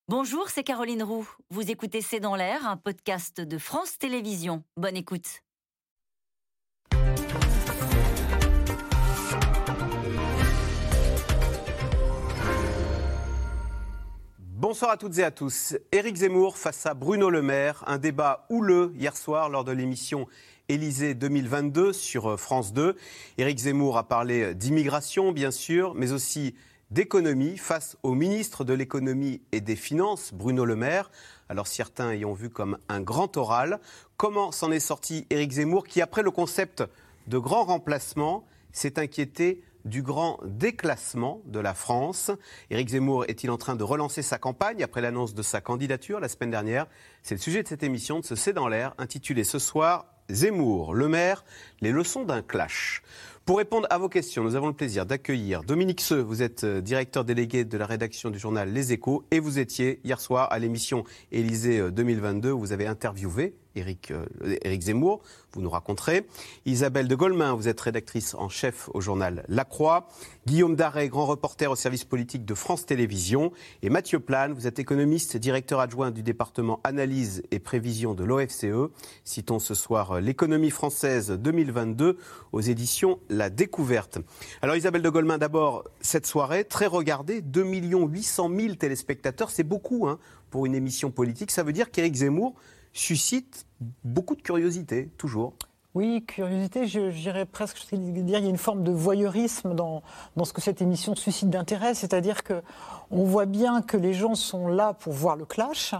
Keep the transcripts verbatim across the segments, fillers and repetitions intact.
Bonjour, c'est Caroline Roux. Vous écoutez C'est dans l'air, un podcast de France Télévisions. Bonne écoute. Bonsoir à toutes et à tous. Éric Zemmour face à Bruno Le Maire, un débat houleux hier soir lors de l'émission Élysée deux mille vingt-deux sur France deux. Éric Zemmour a parlé d'immigration, bien sûr, mais aussi d'économie face au ministre de l'économie et des finances, Bruno Le Maire. Alors certains y ont vu comme un grand oral. Comment s'en est sorti Éric Zemmour qui, après le concept de grand remplacement, s'est inquiété du grand déclassement de la France? Éric Zemmour est-il en train de relancer sa campagne après l'annonce de sa candidature la semaine dernière? C'est le sujet de cette émission de ce C'est dans l'air, intitulée ce soir « Zemmour, Le Maire, les leçons d'un clash ». Pour répondre à vos questions, nous avons le plaisir d'accueillir Dominique Seux. Vous êtes directeur délégué de la rédaction du journal Les Échos et vous étiez hier soir à l'émission Élysée deux mille vingt-deux où vous avez interviewé Éric, euh, Éric Zemmour. Vous nous raconterez. Isabelle de Golemin, vous êtes rédactrice en chef au journal La Croix. Guillaume Darret, grand reporter au service politique de France Télévisions. Et Mathieu Plane, vous êtes économiste, directeur adjoint du département analyse et prévision de l'O F C E. Citons ce soir l'économie française deux mille vingt-deux aux éditions La Découverte. Alors Isabelle de Golemin, d'abord, cette soirée très regardée, deux millions huit cent mille téléspectateurs, c'est beaucoup hein, pour une émission politique. Ça veut dire qu'Éric Zemmour suscite beaucoup de curiosité, toujours. Oui, curiosité, je, je dirais presque, je dire, il y a une forme de voyeurisme dans, dans ce que cette émission suscite d'intérêt, c'est-à-dire qu'on voit bien que les gens sont là pour voir le clash.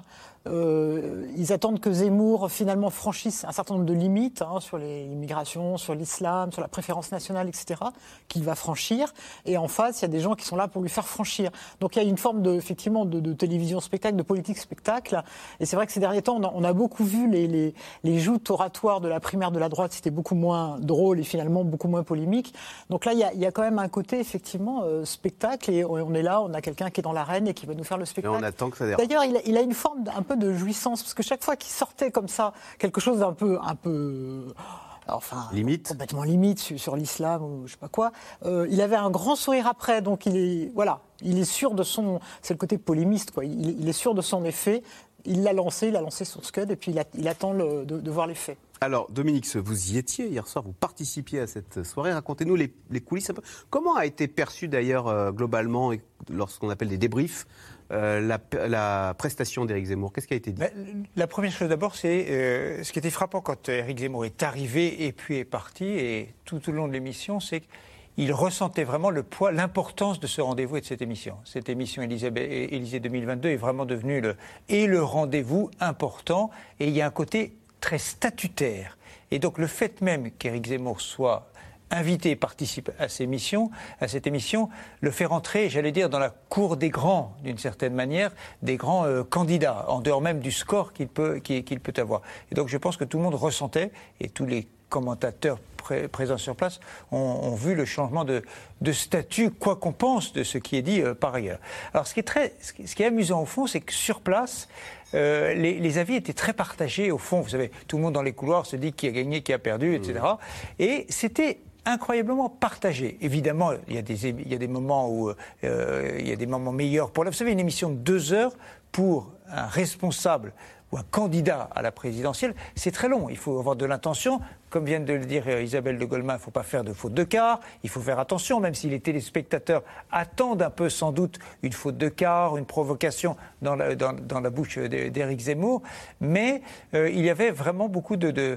Euh, ils attendent que Zemmour finalement franchisse un certain nombre de limites hein, sur l'immigration, sur l'islam, sur la préférence nationale, et cetera, qu'il va franchir. Et en face, il y a des gens qui sont là pour lui faire franchir. Donc il y a une forme de, effectivement de, de télévision spectacle, de politique spectacle. Et c'est vrai que ces derniers temps, on a, on a beaucoup vu les, les, les joutes oratoires de la primaire de la droite. C'était beaucoup moins drôle et finalement beaucoup moins polémique. Donc là, il y a, il y a quand même un côté effectivement euh, spectacle. Et on est là, on a quelqu'un qui est dans l'arène et qui va nous faire le spectacle. Et on attend que ça dérape. D'ailleurs, il a, il a une forme un peu de jouissance, parce que chaque fois qu'il sortait comme ça, quelque chose d'un peu, un peu, enfin, limite. complètement limite sur, sur l'islam ou je sais pas quoi, euh, il avait un grand sourire après, donc il est, voilà, il est sûr de son, c'est le côté polémiste, quoi, il, il est sûr de son effet, il l'a lancé, il a lancé son scud et puis il, a, il attend le, de, de voir l'effet. Alors, Dominique, vous y étiez hier soir, vous participiez à cette soirée. Racontez-nous les, les coulisses. Comment a été perçu d'ailleurs euh, globalement, lorsqu'on appelle des débriefs, euh, la, la prestation d'Éric Zemmour? Qu'est-ce qui a été dit? Ben, la première chose d'abord, c'est euh, ce qui était frappant quand Éric Zemmour est arrivé et puis est parti, et tout au long de l'émission, c'est qu'il ressentait vraiment le poids, l'importance de ce rendez-vous et de cette émission. Cette émission Élysée deux mille vingt-deux est vraiment devenue le, et le rendez-vous important, et il y a un côté très statutaire. Et donc le fait même qu'Éric Zemmour soit invité et participe à, ces missions, à cette émission, le fait rentrer, j'allais dire, dans la cour des grands, d'une certaine manière, des grands euh, candidats, en dehors même du score qu'il peut, qu'il, qu'il peut avoir. Et donc je pense que tout le monde ressentait, et tous les commentateurs pré- présents sur place ont, ont vu le changement de, de statut, quoi qu'on pense de ce qui est dit euh, par ailleurs. Alors ce qui est, très, ce qui, ce qui est amusant au fond, c'est que sur place, Euh, les, les avis étaient très partagés au fond. Vous savez, tout le monde dans les couloirs se dit qui a gagné, qui a perdu, et cetera. Et c'était incroyablement partagé. Évidemment, il y a des, il y a des moments où euh, il y a des moments meilleurs. Pour, vous savez, une émission de deux heures pour un responsable ou un candidat à la présidentielle, c'est très long. Il faut avoir de l'intention. Comme vient de le dire Isabelle de Golemin, il ne faut pas faire de faute de quart. Il faut faire attention, même si les téléspectateurs attendent un peu sans doute une faute de quart, une provocation dans la, dans, dans la bouche d'Éric Zemmour. Mais euh, il y avait vraiment beaucoup, de, de,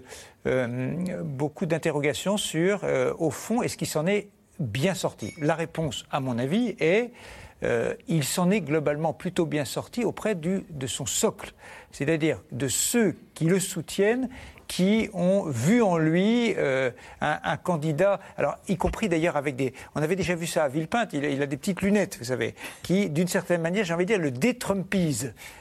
euh, beaucoup d'interrogations sur, euh, au fond, est-ce qu'il s'en est bien sorti? La réponse, à mon avis, est... Euh, il s'en est globalement plutôt bien sorti auprès du, de son socle, c'est-à-dire de ceux qui le soutiennent, qui ont vu en lui euh, un, un candidat, alors y compris d'ailleurs avec des... On avait déjà vu ça à Villepinte, il a, il a des petites lunettes, vous savez, qui d'une certaine manière, j'ai envie de dire, le détrumpise.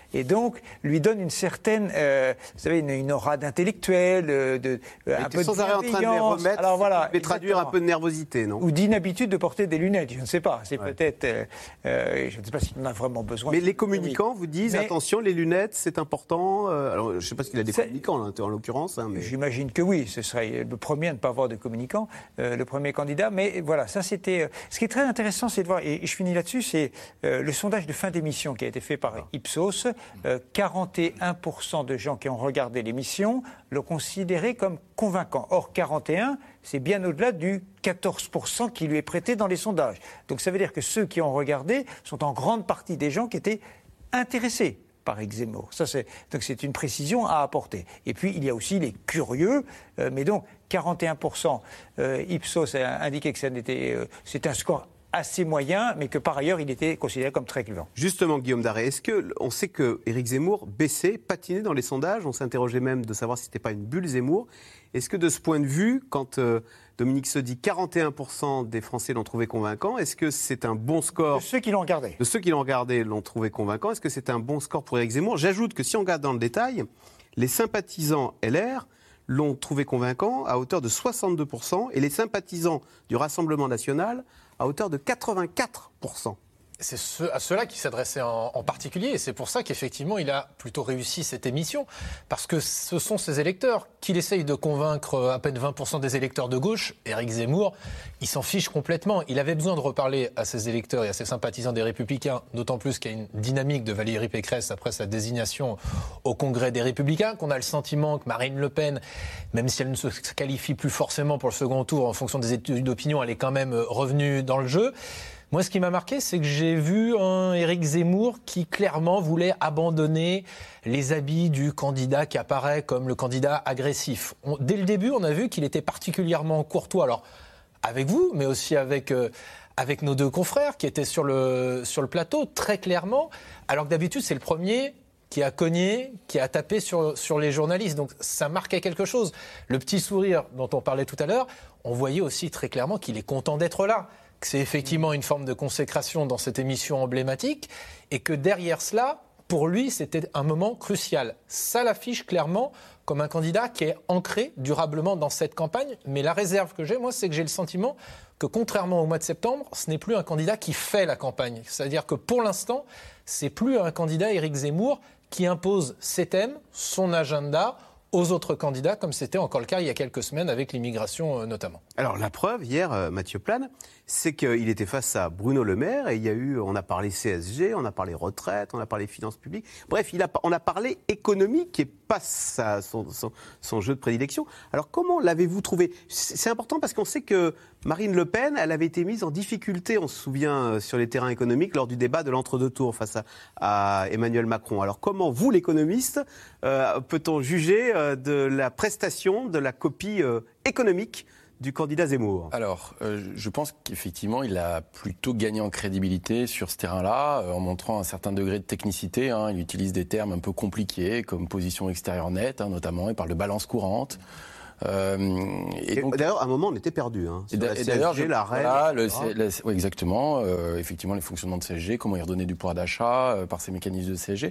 et donc lui donne une certaine, euh, vous savez, une, une aura d'intellectuel, euh, de, euh, un peu sans de arrêt en train de les remettre, alors voilà, mais traduire un peu de nervosité, non? Ou d'inhabitude de porter des lunettes, je ne sais pas. C'est ouais. peut-être, euh, euh, je ne sais pas s'il en a vraiment besoin. Mais les communicants oui. vous disent mais, attention, les lunettes, c'est important. Euh, alors, je ne sais pas s'il a des communicants là, en l'occurrence. Hein, mais... J'imagine que oui. Ce serait le premier à ne pas avoir de communicants, euh, le premier candidat. Mais voilà, ça c'était. Euh, ce qui est très intéressant, c'est de voir. Et, et je finis là-dessus, c'est euh, le sondage de fin d'émission qui a été fait par ah. Ipsos. Euh, quarante et un pour cent de gens qui ont regardé l'émission l'ont considéré comme convaincant. Or, quarante et un, c'est bien au-delà du quatorze pour cent qui lui est prêté dans les sondages. Donc ça veut dire que ceux qui ont regardé sont en grande partie des gens qui étaient intéressés par Éric Zemmour. Ça, c'est, donc c'est une précision à apporter. Et puis, il y a aussi les curieux, euh, mais donc quarante et un pour cent, euh, Ipsos a indiqué que ça n'était, euh, c'était un score assez moyen, mais que par ailleurs, il était considéré comme très clivant. Justement, Guillaume Darré, est-ce que on sait que Éric Zemmour baissait, patinait dans les sondages? On s'interrogeait même de savoir si ce n'était pas une bulle Zemmour. Est-ce que de ce point de vue, quand euh, Dominique Seux dit quarante et un pour cent des Français l'ont trouvé convaincant, est-ce que c'est un bon score? De ceux qui l'ont regardé. De ceux qui l'ont regardé l'ont trouvé convaincant. Est-ce que c'est un bon score pour Éric Zemmour? J'ajoute que si on regarde dans le détail, les sympathisants L R l'ont trouvé convaincant à hauteur de soixante-deux pour cent et les sympathisants du Rassemblement national à hauteur de quatre-vingt-quatre pour cent. C'est ce, à ceux-là qui s'adressait en, en particulier, et c'est pour ça qu'effectivement il a plutôt réussi cette émission, parce que ce sont ses électeurs qu'il essaye de convaincre à peine vingt pour cent des électeurs de gauche. Éric Zemmour, il s'en fiche complètement. Il avait besoin de reparler à ses électeurs et à ses sympathisants des Républicains, d'autant plus qu'il y a une dynamique de Valérie Pécresse après sa désignation au Congrès des Républicains, qu'on a le sentiment que Marine Le Pen, même si elle ne se qualifie plus forcément pour le second tour en fonction des études d'opinion, elle est quand même revenue dans le jeu. Moi, ce qui m'a marqué, c'est que j'ai vu un Éric Zemmour qui clairement voulait abandonner les habits du candidat qui apparaît comme le candidat agressif. On, dès le début, on a vu qu'il était particulièrement courtois, alors avec vous, mais aussi avec, euh, avec nos deux confrères qui étaient sur le, sur le plateau, très clairement, alors que d'habitude, c'est le premier qui a cogné, qui a tapé sur, sur les journalistes. Donc ça marquait quelque chose. Le petit sourire dont on parlait tout à l'heure, on voyait aussi très clairement qu'il est content d'être là, que c'est effectivement une forme de consécration dans cette émission emblématique et que derrière cela, pour lui, c'était un moment crucial. Ça l'affiche clairement comme un candidat qui est ancré durablement dans cette campagne. Mais la réserve que j'ai, moi, c'est que j'ai le sentiment que contrairement au mois de septembre, ce n'est plus un candidat qui fait la campagne. C'est-à-dire que pour l'instant, c'est plus un candidat, Éric Zemmour, qui impose ses thèmes, son agenda aux autres candidats, comme c'était encore le cas il y a quelques semaines avec l'immigration euh, notamment. Alors la preuve, hier, euh, Mathieu Plane, c'est qu'il était face à Bruno Le Maire et il y a eu, on a parlé C S G, on a parlé retraite, on a parlé finances publiques. Bref, il a, on a parlé économie qui est pas sa, son, son, son jeu de prédilection. Alors comment l'avez-vous trouvé? C'est important parce qu'on sait que Marine Le Pen, elle avait été mise en difficulté, on se souvient, sur les terrains économiques lors du débat de l'entre-deux tours face à, à Emmanuel Macron. Alors comment, vous l'économiste, euh, peut-on juger euh, de la prestation, de la copie euh, économique du candidat Zemmour? Alors, euh, je pense qu'effectivement, il a plutôt gagné en crédibilité sur ce terrain-là, euh, en montrant un certain degré de technicité. Hein. Il utilise des termes un peu compliqués, comme position extérieure nette, hein, notamment. Il parle de balance courante. Euh, et et donc, d'ailleurs, à un moment, on était perdu. Hein, et, et d'ailleurs, je, la reine, voilà, le, la, oui, exactement. Euh, effectivement, les fonctionnements de C S G, comment y redonner du pouvoir d'achat euh, par ces mécanismes de C S G.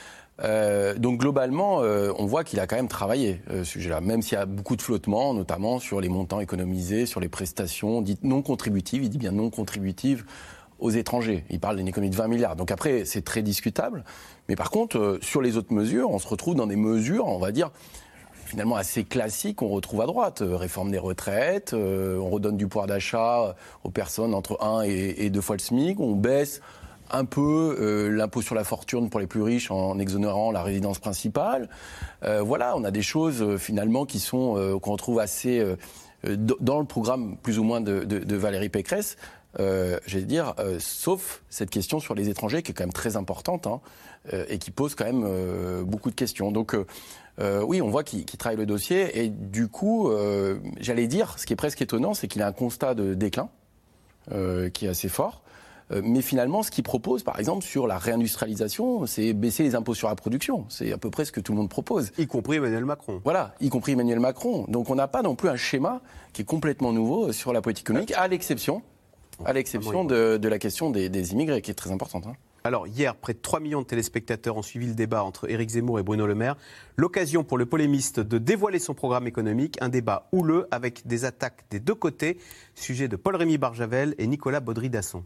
Euh, donc globalement, euh, on voit qu'il a quand même travaillé euh, ce sujet-là, même s'il y a beaucoup de flottements, notamment sur les montants économisés, sur les prestations dites non contributives, il dit bien non contributives aux étrangers. Il parle d'une économie de vingt milliards. Donc après, c'est très discutable. Mais par contre, euh, sur les autres mesures, on se retrouve dans des mesures, on va dire, finalement assez classiques qu'on retrouve à droite. Euh, réforme des retraites, euh, on redonne du pouvoir d'achat aux personnes entre un et, et deux fois le SMIC, on baisse un peu euh, l'impôt sur la fortune pour les plus riches en exonérant la résidence principale. Euh, voilà, on a des choses euh, finalement qui sont euh, qu'on retrouve assez euh, dans le programme plus ou moins de, de, de Valérie Pécresse. Euh, j'allais dire, euh, sauf cette question sur les étrangers qui est quand même très importante hein, euh, et qui pose quand même euh, beaucoup de questions. Donc euh, euh, oui, on voit qu'il, qu'il travaille le dossier et du coup, euh, j'allais dire, ce qui est presque étonnant, c'est qu'il a un constat de déclin euh, qui est assez fort. Mais finalement, ce qu'il propose, par exemple, sur la réindustrialisation, c'est baisser les impôts sur la production. C'est à peu près ce que tout le monde propose. Y compris Emmanuel Macron. Voilà, y compris Emmanuel Macron. Donc on n'a pas non plus un schéma qui est complètement nouveau sur la politique économique, à l'exception, à l'exception de, de la question des, des immigrés, qui est très importante. Hein. Alors hier, près de trois millions de téléspectateurs ont suivi le débat entre Éric Zemmour et Bruno Le Maire. L'occasion pour le polémiste de dévoiler son programme économique, un débat houleux avec des attaques des deux côtés. Sujet de Paul-Rémy Barjavel et Nicolas Baudry-Dasson.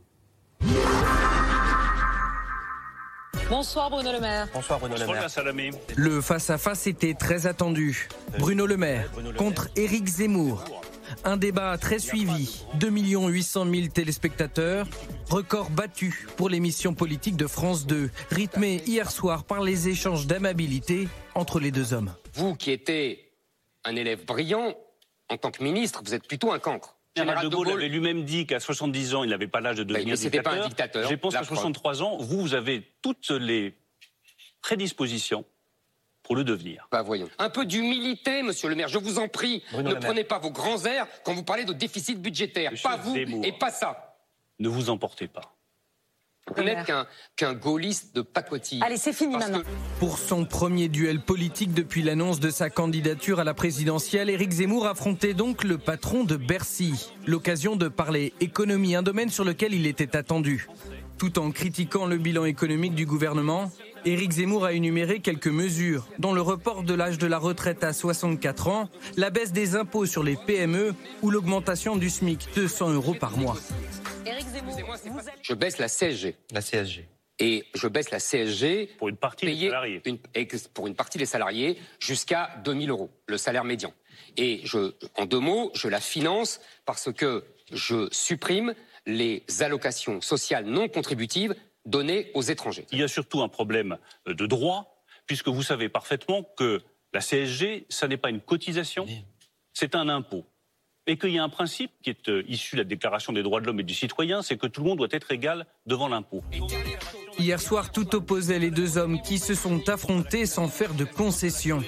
Bonsoir Bruno Le Maire. Bonsoir Bruno Le Maire. Le face-à-face était très attendu. Bruno Le Maire contre Éric Zemmour. Un débat très suivi, deux millions huit cent mille téléspectateurs, record battu pour l'émission politique de France deux, rythmé hier soir par les échanges d'amabilité entre les deux hommes. Vous qui étiez un élève brillant, en tant que ministre, vous êtes plutôt un cancre. Général de Gaulle, de Gaulle avait lui-même dit qu'à soixante-dix ans, il n'avait pas l'âge de devenir mais c'était dictateur. Pas un dictateur. Je pense qu'à soixante-trois ans, vous, vous avez toutes les prédispositions pour le devenir. Bah voyons. Un peu d'humilité, monsieur le maire, je vous en prie. Bruno ne prenez pas vos grands airs quand vous parlez de déficit budgétaire. Monsieur pas vous Zemmour, et pas ça. Ne vous emportez pas. Vous n'êtes qu'un qu'un gaulliste de pacotille. Allez, c'est fini maintenant. Que... Pour son premier duel politique depuis l'annonce de sa candidature à la présidentielle, Éric Zemmour affrontait donc le patron de Bercy. L'occasion de parler économie, un domaine sur lequel il était attendu. Tout en critiquant le bilan économique du gouvernement, Éric Zemmour a énuméré quelques mesures, dont le report de l'âge de la retraite à soixante-quatre ans, la baisse des impôts sur les P M E ou l'augmentation du SMIC, deux cents euros par mois. Éric Zemmour, je baisse la C S G. La C S G. Et je baisse la C S G pour une partie des salariés. Une, et pour une partie des salariés jusqu'à deux mille euros, le salaire médian. Et je, en deux mots, je la finance parce que je supprime les allocations sociales non contributives données aux étrangers. Il y a surtout un problème de droit, puisque vous savez parfaitement que la C S G, ça n'est pas une cotisation, c'est un impôt. Et qu'il y a un principe qui est euh, issu de la Déclaration des droits de l'homme et du citoyen, c'est que tout le monde doit être égal devant l'impôt. Hier soir, tout opposait les deux hommes qui se sont affrontés sans faire de concessions.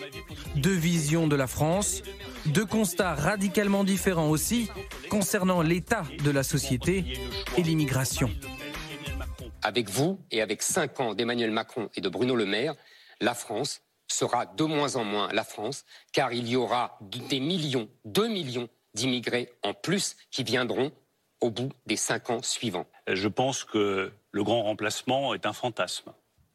Deux visions de la France, deux constats radicalement différents aussi concernant l'état de la société et l'immigration. Avec vous et avec cinq ans d'Emmanuel Macron et de Bruno Le Maire, la France sera de moins en moins la France, car il y aura des millions, deux millions d'immigrés en plus qui viendront au bout des cinq ans suivants. Je pense que le grand remplacement est un fantasme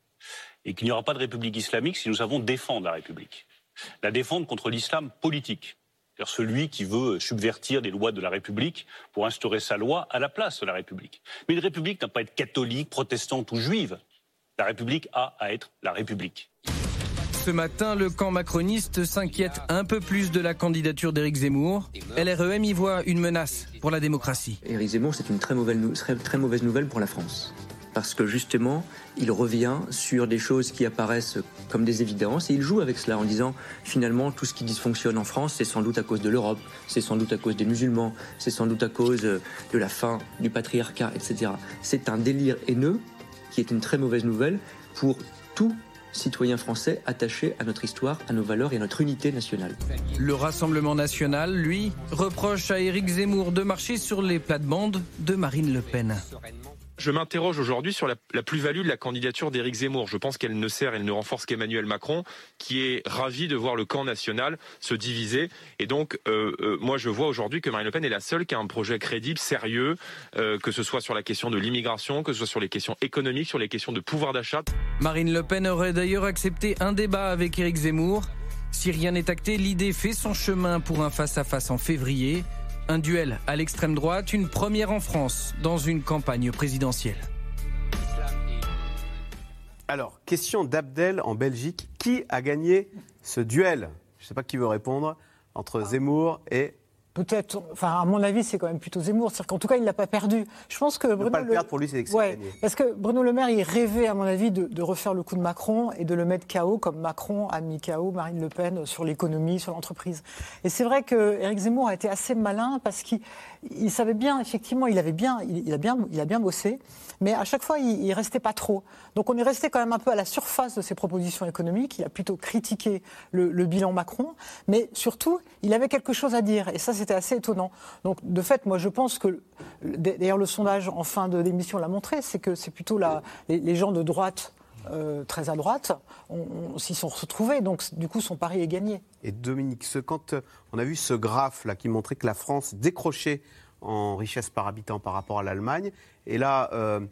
et qu'il n'y aura pas de République islamique si nous savons défendre la République. La défendre contre l'islam politique, c'est-à-dire celui qui veut subvertir les lois de la République pour instaurer sa loi à la place de la République. Mais une République n'a pas à être catholique, protestante ou juive. La République a à être la République. Ce matin, le camp macroniste s'inquiète un peu plus de la candidature d'Éric Zemmour. L R E M y voit une menace pour la démocratie. Éric Zemmour, c'est une très mauvaise, très, très mauvaise nouvelle pour la France. Parce que justement, il revient sur des choses qui apparaissent comme des évidences et il joue avec cela en disant finalement tout ce qui dysfonctionne en France, c'est sans doute à cause de l'Europe, c'est sans doute à cause des musulmans, c'est sans doute à cause de la fin du patriarcat, et cetera. C'est un délire haineux qui est une très mauvaise nouvelle pour tout citoyens français attachés à notre histoire, à nos valeurs et à notre unité nationale. Le Rassemblement national, lui, reproche à Éric Zemmour de marcher sur les plates-bandes de Marine Le Pen. Je m'interroge aujourd'hui sur la, la plus-value de la candidature d'Éric Zemmour. Je pense qu'elle ne sert, elle ne renforce qu'Emmanuel Macron, qui est ravi de voir le camp national se diviser. Et donc, euh, euh, moi, je vois aujourd'hui que Marine Le Pen est la seule qui a un projet crédible, sérieux, euh, que ce soit sur la question de l'immigration, que ce soit sur les questions économiques, sur les questions de pouvoir d'achat. Marine Le Pen aurait d'ailleurs accepté un débat avec Éric Zemmour. Si rien n'est acté, l'idée fait son chemin pour un face-à-face en février. Un duel à l'extrême droite, une première en France dans une campagne présidentielle. Alors, question d'Abdel en Belgique. Qui a gagné ce duel ? Je ne sais pas qui veut répondre, entre Zemmour et... Peut-être, enfin à mon avis, c'est quand même plutôt Zemmour. C'est-à-dire qu'en tout cas, il ne l'a pas perdu. Je pense que Bruno ne pas le Le... perdre pour lui, c'est que c'est ouais, gagné. Parce que Bruno Le Maire, il rêvait, à mon avis, de, de refaire le coup de Macron et de le mettre K O, comme Macron a mis K O Marine Le Pen sur l'économie, sur l'entreprise. Et c'est vrai qu'Éric Zemmour a été assez malin parce qu'il il savait bien, effectivement, il avait bien, il, il a bien, il a bien bossé, mais à chaque fois, il, il restait pas trop. Donc on est resté quand même un peu à la surface de ses propositions économiques. Il a plutôt critiqué le, le bilan Macron, mais surtout, il avait quelque chose à dire. Et ça, c'était assez étonnant. Donc, de fait, moi, je pense que, d'ailleurs, le sondage en fin de l'émission l'a montré, c'est que c'est plutôt la, les, les gens de droite, euh, très à droite, on, on, s'y sont retrouvés. Donc, du coup, son pari est gagné. Et Dominique, ce, quand on a vu ce graphe là qui montrait que la France décrochait en richesse par habitant par rapport à l'Allemagne, et là, euh,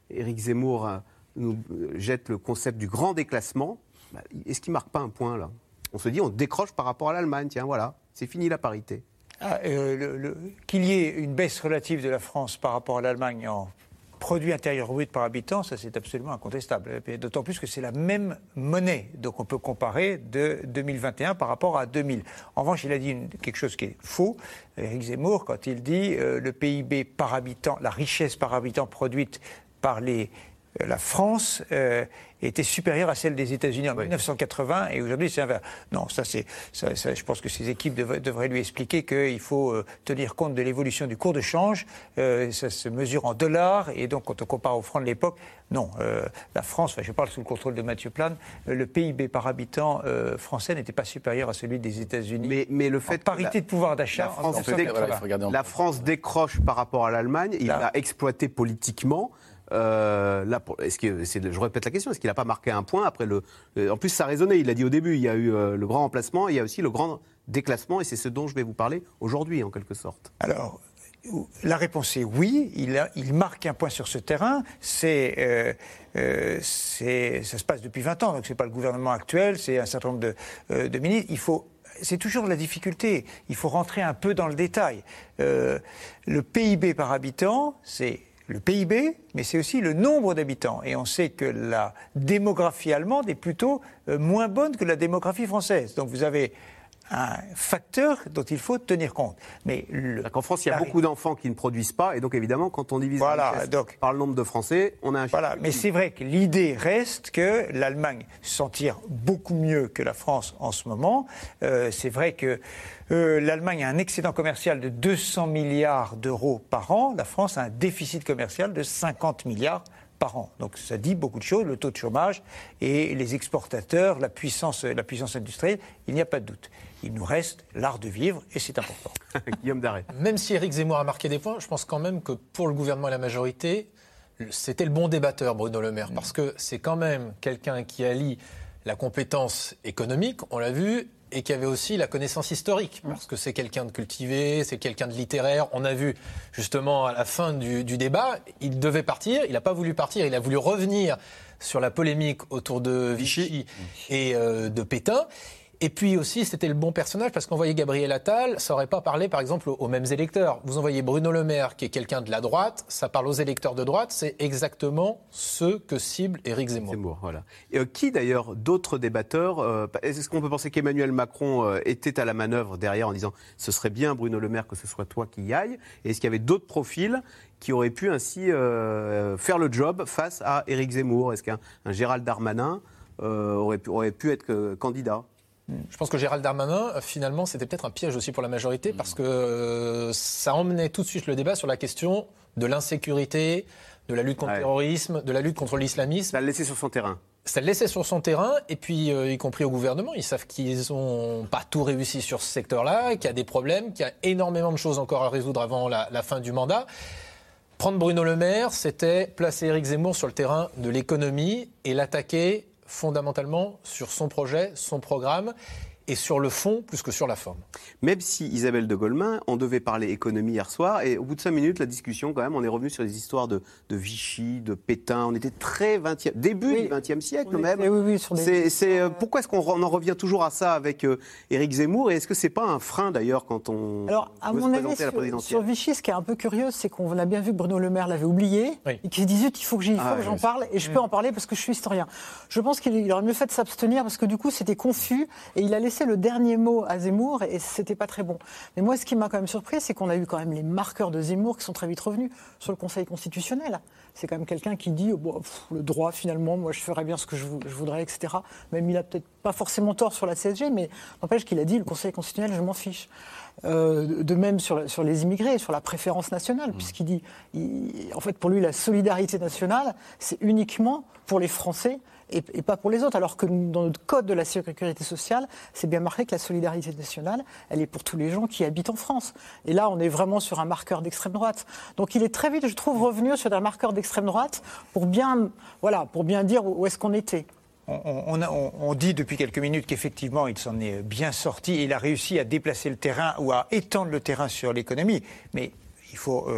Éric Zemmour euh, nous jette le concept du grand déclassement. Bah, est-ce qu'il ne marque pas un point là ? On se dit, on décroche par rapport à l'Allemagne. Tiens, voilà, c'est fini la parité. Ah, euh, le, le, qu'il y ait une baisse relative de la France par rapport à l'Allemagne en produit intérieur brut par habitant, ça c'est absolument incontestable. Et d'autant plus que c'est la même monnaie. Donc on peut comparer de deux mille vingt et un par rapport à deux mille. En revanche, il a dit une, quelque chose qui est faux, Éric Zemmour, quand il dit euh, le P I B par habitant, la richesse par habitant produite par les, euh, la France euh, était supérieure à celle des États-Unis en oui. dix-neuf cent quatre-vingts et aujourd'hui c'est inverse. Non, ça c'est, ça, ça, je pense que ces équipes dev- devraient lui expliquer qu'il faut euh, tenir compte de l'évolution du cours de change. Euh, ça se mesure en dollars et donc quand on compare au franc de l'époque, non, euh, la France, enfin, je parle sous le contrôle de Mathieu Plane, euh, le P I B par habitant euh, français n'était pas supérieur à celui des États-Unis. Mais, mais le fait en parité la, de pouvoir d'achat, la France, en décroche, voilà, la France décroche par rapport à l'Allemagne. Il l'a exploité politiquement. Euh, là, pour, est-ce que, c'est, je répète la question, est-ce qu'il n'a pas marqué un point après le, le... En plus, ça résonnait, il l'a dit au début, il y a eu euh, le grand remplacement, il y a aussi le grand déclassement, et c'est ce dont je vais vous parler aujourd'hui, en quelque sorte. Alors, la réponse est oui, il, a, il marque un point sur ce terrain, c'est, euh, euh, c'est, ça se passe depuis vingt ans, donc ce n'est pas le gouvernement actuel, c'est un certain nombre de, euh, de ministres, il faut... C'est toujours la difficulté, il faut rentrer un peu dans le détail. Euh, le P I B par habitant, c'est le P I B, mais c'est aussi le nombre d'habitants. Et on sait que la démographie allemande est plutôt euh, moins bonne que la démographie française. Donc vous avez un facteur dont il faut tenir compte. Mais le, en France, il y a beaucoup d'enfants qui ne produisent pas, et donc évidemment, quand on divise voilà, la richesse donc, par le nombre de Français, on a un voilà, mais c'est vrai que l'idée reste que l'Allemagne s'en tire beaucoup mieux que la France en ce moment. Euh, c'est vrai que euh, l'Allemagne a un excédent commercial de deux cents milliards d'euros par an. La France a un déficit commercial de cinquante milliards par an. Donc ça dit beaucoup de choses, le taux de chômage et les exportateurs, la puissance, la puissance industrielle, il n'y a pas de doute. Il nous reste l'art de vivre et c'est important. Guillaume Darret. Même si Éric Zemmour a marqué des points, je pense quand même que pour le gouvernement et la majorité, c'était le bon débatteur, Bruno Le Maire, parce que c'est quand même quelqu'un qui allie la compétence économique, on l'a vu, et qui avait aussi la connaissance historique, parce que c'est quelqu'un de cultivé, c'est quelqu'un de littéraire. On a vu justement à la fin du, du débat, il devait partir, il n'a pas voulu partir, il a voulu revenir sur la polémique autour de Vichy et euh, de Pétain. Et puis aussi, c'était le bon personnage, parce qu'envoyer Gabriel Attal, ça n'aurait pas parlé, par exemple, aux mêmes électeurs. Vous envoyez Bruno Le Maire, qui est quelqu'un de la droite, ça parle aux électeurs de droite, c'est exactement ceux que cible Éric Zemmour. Zemmour, voilà. Et, euh, qui, d'ailleurs, d'autres débatteurs, euh, est-ce qu'on peut penser qu'Emmanuel Macron euh, était à la manœuvre derrière en disant « ce serait bien, Bruno Le Maire, que ce soit toi qui y aille » et est-ce qu'il y avait d'autres profils qui auraient pu ainsi euh, faire le job face à Éric Zemmour ? Est-ce qu'un un Gérald Darmanin euh, aurait, pu, aurait pu être euh, candidat ? Je pense que Gérald Darmanin, finalement, c'était peut-être un piège aussi pour la majorité, parce que euh, ça emmenait tout de suite le débat sur la question de l'insécurité, de la lutte contre ouais. le terrorisme, de la lutte contre l'islamisme. Ça le laissait sur son terrain. Ça le laissait sur son terrain, et puis euh, y compris au gouvernement, ils savent qu'ils n'ont pas tout réussi sur ce secteur-là, qu'il y a des problèmes, qu'il y a énormément de choses encore à résoudre avant la, la fin du mandat. Prendre Bruno Le Maire, c'était placer Éric Zemmour sur le terrain de l'économie et l'attaquer fondamentalement sur son projet, son programme, et sur le fond plus que sur la forme. Même si Isabelle de Golemin, on devait parler économie hier soir, et au bout de cinq minutes, la discussion, quand même, on est revenu sur les histoires de, de Vichy, de Pétain. On était très vingtième, début oui. du vingtième siècle oui, même. Oui, oui, sur les... c'est, c'est, euh, pourquoi est-ce qu'on on en revient toujours à ça avec euh, Éric Zemmour, et est-ce que c'est pas un frein d'ailleurs quand on Alors, à veut mon se avis, présenter à la présidentielle ? Sur Vichy, ce qui est un peu curieux, c'est qu'on a bien vu que Bruno Le Maire l'avait oublié, oui. et qu'il se disait il faut que, j'y, il faut ah, que j'en parle, et je mmh. peux en parler parce que je suis historien. Je pense qu'il aurait mieux fait de s'abstenir parce que du coup, c'était confus, et il a laissé le dernier mot à Zemmour et c'était pas très bon. Mais moi, ce qui m'a quand même surpris, c'est qu'on a eu quand même les marqueurs de Zemmour qui sont très vite revenus sur le Conseil constitutionnel. C'est quand même quelqu'un qui dit oh, bon, pff, le droit, finalement, moi, je ferais bien ce que je, je voudrais, et cetera. Même il a peut-être pas forcément tort sur la C S G, mais n'empêche qu'il a dit le Conseil constitutionnel, je m'en fiche. Euh, de même sur, sur les immigrés, sur la préférence nationale, mmh. puisqu'il dit, il, en fait, pour lui, la solidarité nationale, c'est uniquement pour les Français et, et pas pour les autres. Alors que dans notre code de la sécurité sociale, c'est bien marqué que la solidarité nationale, elle est pour tous les gens qui habitent en France. Et là, on est vraiment sur un marqueur d'extrême droite. Donc il est très vite, je trouve, revenu sur un marqueur d'extrême droite pour bien, voilà, pour bien dire où est-ce qu'on était. On, on, on, on dit depuis quelques minutes qu'effectivement, il s'en est bien sorti. Il a réussi à déplacer le terrain ou à étendre le terrain sur l'économie. Mais il faut euh,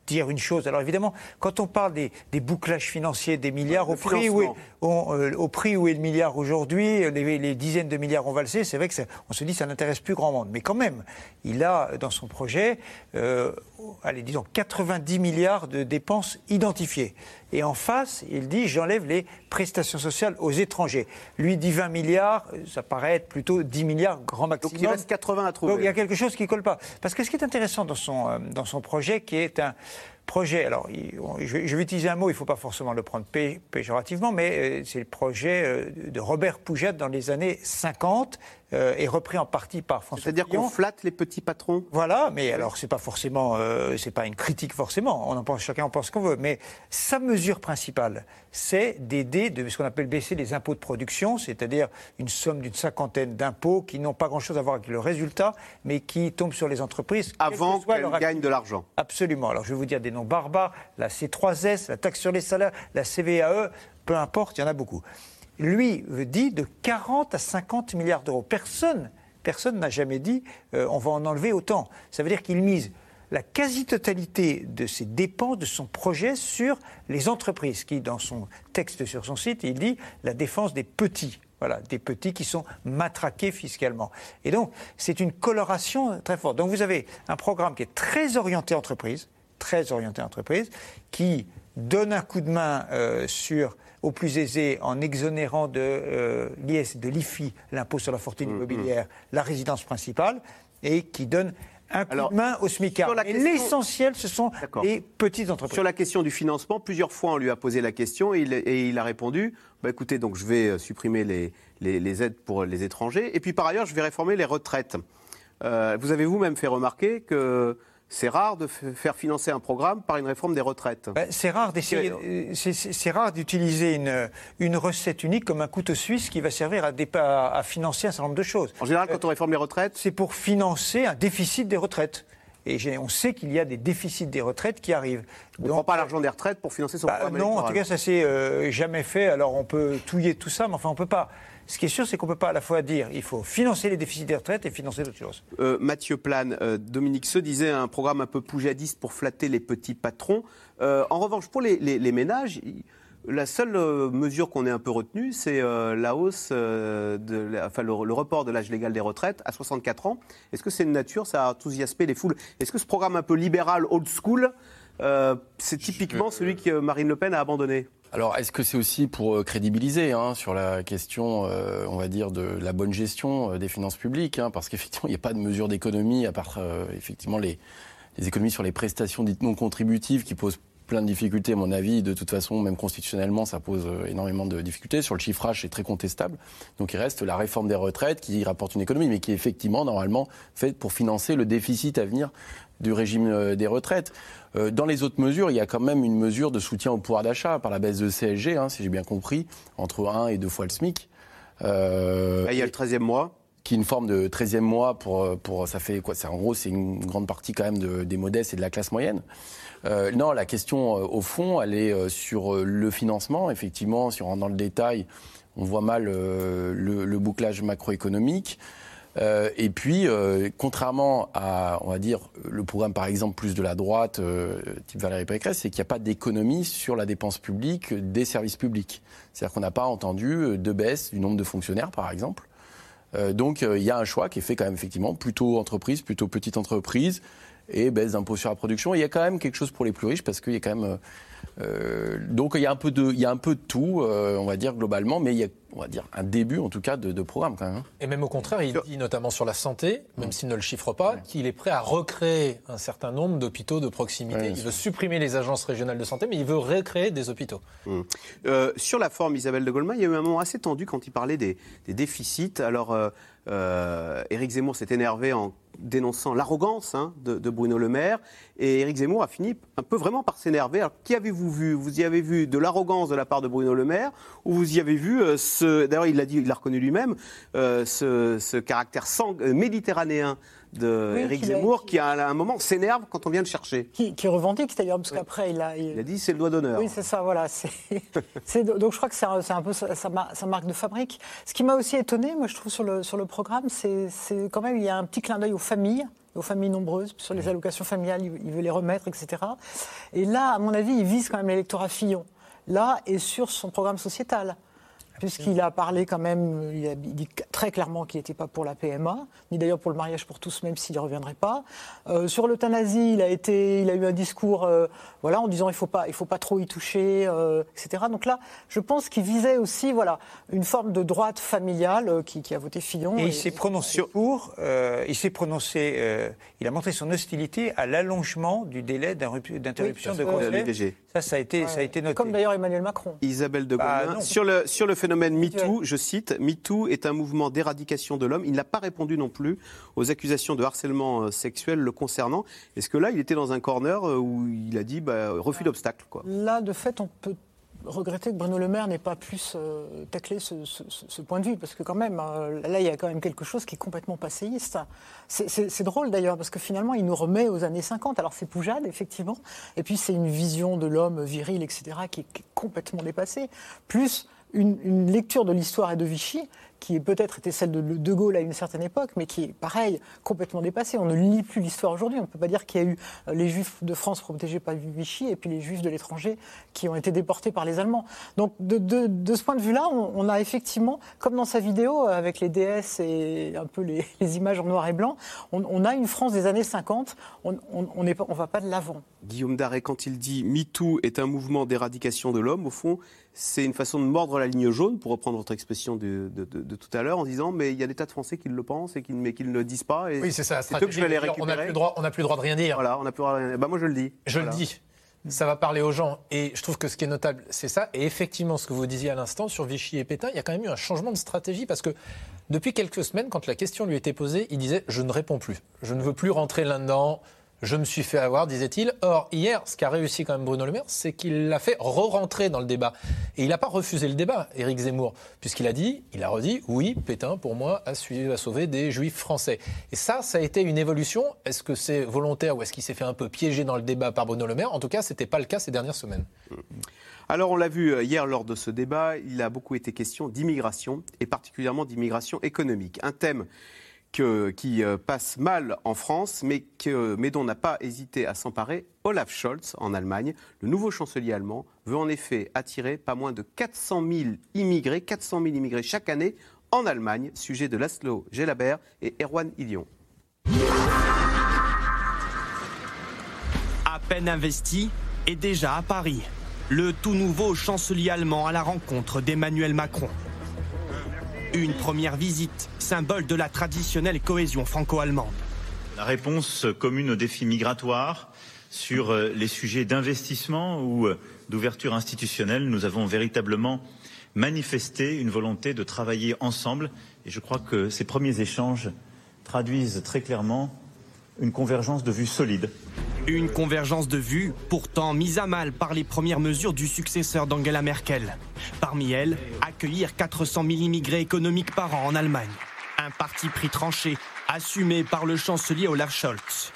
dire une chose. Alors évidemment, quand on parle des, des bouclages financiers, des milliards, au prix, où est, on, euh, au prix où est le milliard aujourd'hui, les, les dizaines de milliards ont valsé, c'est vrai que ça, on se dit que ça n'intéresse plus grand monde. Mais quand même, il a dans son projet, euh, allez, disons, quatre-vingt-dix milliards de dépenses identifiées. Et en face, il dit, j'enlève les prestations sociales aux étrangers. Lui dit vingt milliards, ça paraît être plutôt dix milliards grand maximum. Donc il reste quatre-vingts à trouver. Donc il y a quelque chose qui ne colle pas. Parce que ce qui est intéressant dans son, euh, dans son projet, qui est un projet, alors il, je, vais, je vais utiliser un mot, il ne faut pas forcément le prendre pé, péjorativement, mais euh, c'est le projet euh, de Robert Poujade dans les années cinquante, euh, et repris en partie par François C'est-à-dire Fillon. qu'on flatte les petits patrons. Voilà, mais alors c'est pas forcément, euh, c'est pas une critique forcément, on en pense, chacun en pense ce qu'on veut, mais sa mesure principale, c'est d'aider, de ce qu'on appelle baisser les impôts de production, c'est-à-dire une somme d'une cinquantaine d'impôts qui n'ont pas grand-chose à voir avec le résultat, mais qui tombent sur les entreprises. Avant qu'elles gagnent de l'argent. Absolument. Alors je vais vous dire des noms barbares, la C trois S, la taxe sur les salaires, la C V A E, peu importe, il y en a beaucoup. Lui dit de quarante à cinquante milliards d'euros. Personne, personne n'a jamais dit euh, on va en enlever autant. Ça veut dire qu'il mise la quasi-totalité de ses dépenses, de son projet, sur les entreprises, qui, dans son texte sur son site, il dit la défense des petits. Voilà, des petits qui sont matraqués fiscalement. Et donc, c'est une coloration très forte. Donc, vous avez un programme qui est très orienté entreprise, très orienté entreprise, qui donne un coup de main euh, sur, aux plus aisés en exonérant de, euh, l'I S, de l'I F I, l'impôt sur la fortune mmh, immobilière, mmh. la résidence principale, et qui donne un coup Alors, de main au SMICAR. Mais question... l'essentiel, ce sont D'accord. les petites entreprises. Sur la question du financement, plusieurs fois on lui a posé la question et il, et il a répondu bah, écoutez, donc je vais supprimer les, les, les aides pour les étrangers et puis par ailleurs je vais réformer les retraites. Euh, vous avez vous-même fait remarquer que c'est rare de f- faire financer un programme par une réforme des retraites. Ben, c'est rare d'essayer, euh, c'est, c'est, c'est rare d'utiliser une, une recette unique comme un couteau suisse qui va servir à, dépa- à financer un certain nombre de choses. En général, quand on réforme les retraites, c'est pour financer un déficit des retraites. Et j'ai, on sait qu'il y a des déficits des retraites qui arrivent. On ne prend pas l'argent des retraites pour financer son bah, programme non, électoral. En tout cas, ça s'est euh, jamais fait. Alors on peut touiller tout ça, mais enfin on ne peut pas. Ce qui est sûr, c'est qu'on ne peut pas à la fois dire il faut financer les déficits des retraites et financer d'autres choses. Euh, Mathieu Plane, euh, Dominique Seux disait un programme un peu poujadiste pour flatter les petits patrons. Euh, en revanche, pour les, les, les ménages, la seule euh, mesure qu'on ait un peu retenue, c'est euh, la hausse, euh, de la, enfin le, le report de l'âge légal des retraites à soixante-quatre ans. Est-ce que c'est une nature, ça a enthousiasmé les foules? Est-ce que ce programme un peu libéral, old school, euh, c'est typiquement Je... celui que Marine Le Pen a abandonné? Alors, est-ce que c'est aussi pour crédibiliser hein, sur la question, euh, on va dire, de la bonne gestion euh, des finances publiques hein, parce qu'effectivement, il n'y a pas de mesure d'économie, à part euh, effectivement les, les économies sur les prestations dites non contributives qui posent plein de difficultés, à mon avis. De toute façon, même constitutionnellement, ça pose euh, énormément de difficultés. Sur le chiffrage, c'est très contestable. Donc, il reste la réforme des retraites qui rapporte une économie, mais qui est effectivement, normalement, faite pour financer le déficit à venir du régime euh, des retraites. Euh, dans les autres mesures, il y a quand même une mesure de soutien au pouvoir d'achat par la baisse de C S G, hein, si j'ai bien compris, entre un et deux fois le SMIC. Euh, il y a le treizième mois. Qui est une forme de treizième mois pour, pour ça fait quoi ça, en gros, c'est une grande partie quand même de, des modestes et de la classe moyenne. Euh, non, la question, euh, au fond, elle est euh, sur euh, le financement. Effectivement, si on rentre dans le détail, on voit mal euh, le, le bouclage macroéconomique. Euh, et puis, euh, contrairement à, on va dire, le programme, par exemple, plus de la droite, euh, type Valérie Pécresse, c'est qu'il n'y a pas d'économie sur la dépense publique des services publics. C'est-à-dire qu'on n'a pas entendu de baisse du nombre de fonctionnaires, par exemple. Euh, donc, il euh, y a un choix qui est fait quand même, effectivement, plutôt entreprise, plutôt petite entreprise, et baisse d'impôts sur la production. Il y a quand même quelque chose pour les plus riches, parce qu'il y a quand même... Euh, donc, il y a un peu de, il y a un peu de tout, euh, on va dire, globalement, mais il y a, on va dire, un début, en tout cas, de, de programme, quand même. Et même au contraire, il dit, notamment sur la santé, même mmh. s'il ne le chiffre pas, mmh. qu'il est prêt à recréer un certain nombre d'hôpitaux de proximité. Ouais, il veut supprimer les agences régionales de santé, mais il veut recréer des hôpitaux. Mmh. Euh, sur la forme, Isabelle de Golemin, il y a eu un moment assez tendu quand il parlait des, des déficits. Alors, euh, euh, Éric Zemmour s'est énervé en dénonçant l'arrogance hein, de, de Bruno Le Maire. Et Éric Zemmour a fini un peu vraiment par s'énerver. Alors, qui avez-vous vu? Vous y avez vu de l'arrogance de la part de Bruno Le Maire, ou vous y avez vu euh, ce... D'ailleurs, il l'a dit, il l'a reconnu lui-même, euh, ce, ce caractère sang... euh, méditerranéen d'Éric oui, Zemmour, a, qui à un moment s'énerve quand on vient le chercher. Qui, qui revendique d'ailleurs, parce oui. qu'après il a... Il... il a dit c'est le doigt d'honneur. Oui, c'est ça, voilà. C'est, c'est, donc je crois que c'est un, c'est un peu sa, sa, sa marque de fabrique. Ce qui m'a aussi étonné, moi je trouve, sur le, sur le programme, c'est, c'est quand même, il y a un petit clin d'œil aux familles, aux familles nombreuses, sur les allocations familiales, il, il veut les remettre, et cetera. Et là, à mon avis, il vise quand même l'électorat Fillon. Là, et sur son programme sociétal. Puisqu'il a parlé quand même, il a dit très clairement qu'il n'était pas pour la P M A, ni d'ailleurs pour le mariage pour tous, même s'il ne reviendrait pas. Euh, sur l'euthanasie, il a, été, il a eu un discours euh, voilà, en disant qu'il ne faut pas, il faut pas trop y toucher, euh, et cetera. Donc là, je pense qu'il visait aussi voilà, une forme de droite familiale euh, qui, qui a voté Fillon. Et, et il s'est prononcé pour, euh, il s'est prononcé, euh, il a montré son hostilité à l'allongement du délai d'interruption oui, de grossesse. Ça, ça a été, ouais. ça a été noté. Comme d'ailleurs Emmanuel Macron. Isabelle de Gaulle. Bah, sur le, sur le phénomène MeToo, je cite, MeToo est un mouvement d'éradication de l'homme. Il n'a pas répondu non plus aux accusations de harcèlement sexuel le concernant. Est-ce que là, il était dans un corner où il a dit bah, refus d'obstacle, quoi. Là, de fait, on peut regretter que Bruno Le Maire n'ait pas plus euh, taclé ce, ce, ce point de vue, parce que quand même, euh, là, il y a quand même quelque chose qui est complètement passéiste. C'est, c'est, c'est drôle d'ailleurs, parce que finalement, il nous remet aux années cinquante. Alors c'est Poujade, effectivement, et puis c'est une vision de l'homme viril, et cetera, qui est, qui est complètement dépassée, plus une, une lecture de l'histoire et de Vichy, qui peut-être était celle de De Gaulle à une certaine époque, mais qui est, pareil, complètement dépassée. On ne lit plus l'histoire aujourd'hui. On ne peut pas dire qu'il y a eu les Juifs de France protégés par Vichy et puis les Juifs de l'étranger qui ont été déportés par les Allemands. Donc, de, de, de ce point de vue-là, on, on a effectivement, comme dans sa vidéo, avec les D S et un peu les, les images en noir et blanc, on, on a une France des années cinquante. On ne on va pas de l'avant. Guillaume Darey, quand il dit « MeToo est un mouvement d'éradication de l'homme », au fond, c'est une façon de mordre la ligne jaune, pour reprendre votre expression de, de, de, de tout à l'heure, en disant mais il y a des tas de Français qui le pensent et qui, mais qui ne le disent pas. Et oui, c'est ça. C'est eux que je vais les récupérer. On n'a plus le droit, on n'a plus le droit de rien dire. Voilà, on n'a plus le droit de rien dire. Bah moi je le dis. Je voilà. le dis. Ça va parler aux gens. Et je trouve que ce qui est notable, c'est ça. Et effectivement, ce que vous disiez à l'instant sur Vichy et Pétain, il y a quand même eu un changement de stratégie parce que depuis quelques semaines, quand la question lui était posée, il disait je ne réponds plus, je ne veux plus rentrer là-dedans. Je me suis fait avoir, disait-il. Or, hier, ce qu'a réussi quand même Bruno Le Maire, c'est qu'il l'a fait re-rentrer dans le débat. Et il n'a pas refusé le débat, Éric Zemmour, puisqu'il a dit, il a redit, oui, Pétain, pour moi, a, suivi, a sauvé des juifs français. Et ça, ça a été une évolution. Est-ce que c'est volontaire ou est-ce qu'il s'est fait un peu piéger dans le débat par Bruno Le Maire ? En tout cas, ce n'était pas le cas ces dernières semaines. Alors, on l'a vu hier lors de ce débat, il a beaucoup été question d'immigration, et particulièrement d'immigration économique. Un thème Que, qui euh, passe mal en France, mais, que, mais dont n'a pas hésité à s'emparer Olaf Scholz en Allemagne. Le nouveau chancelier allemand veut en effet attirer pas moins de quatre cent mille immigrés, quatre cent mille immigrés chaque année en Allemagne, sujet de Laszlo Gelabert et Erwan Illion. À peine investi et déjà à Paris, le tout nouveau chancelier allemand à la rencontre d'Emmanuel Macron. Une première visite, symbole de la traditionnelle cohésion franco-allemande. La réponse commune aux défis migratoires, sur les sujets d'investissement ou d'ouverture institutionnelle, nous avons véritablement manifesté une volonté de travailler ensemble. Et je crois que ces premiers échanges traduisent très clairement une convergence de vues solide. Une convergence de vues pourtant mise à mal par les premières mesures du successeur d'Angela Merkel. Parmi elles, accueillir quatre cent mille immigrés économiques par an en Allemagne. Un parti pris tranché, assumé par le chancelier Olaf Scholz.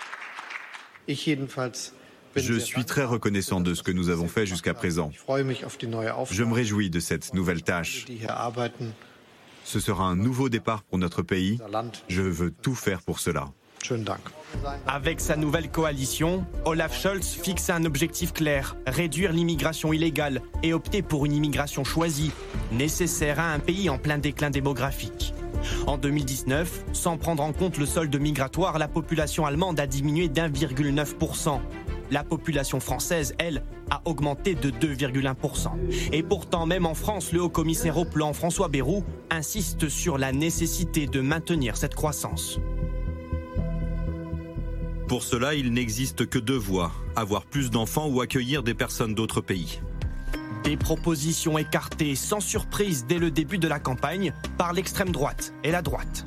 Je suis très reconnaissant de ce que nous avons fait jusqu'à présent. Je me réjouis de cette nouvelle tâche. Ce sera un nouveau départ pour notre pays. Je veux tout faire pour cela. Avec sa nouvelle coalition, Olaf Scholz fixe un objectif clair, réduire l'immigration illégale et opter pour une immigration choisie, nécessaire à un pays en plein déclin démographique. En deux mille dix-neuf, sans prendre en compte le solde migratoire, la population allemande a diminué d'un virgule neuf pour cent. La population française, elle, a augmenté de deux virgule un pour cent. Et pourtant, même en France, le haut-commissaire au plan François Bayrou insiste sur la nécessité de maintenir cette croissance. Pour cela, il n'existe que deux voies, avoir plus d'enfants ou accueillir des personnes d'autres pays. Des propositions écartées sans surprise dès le début de la campagne par l'extrême droite et la droite.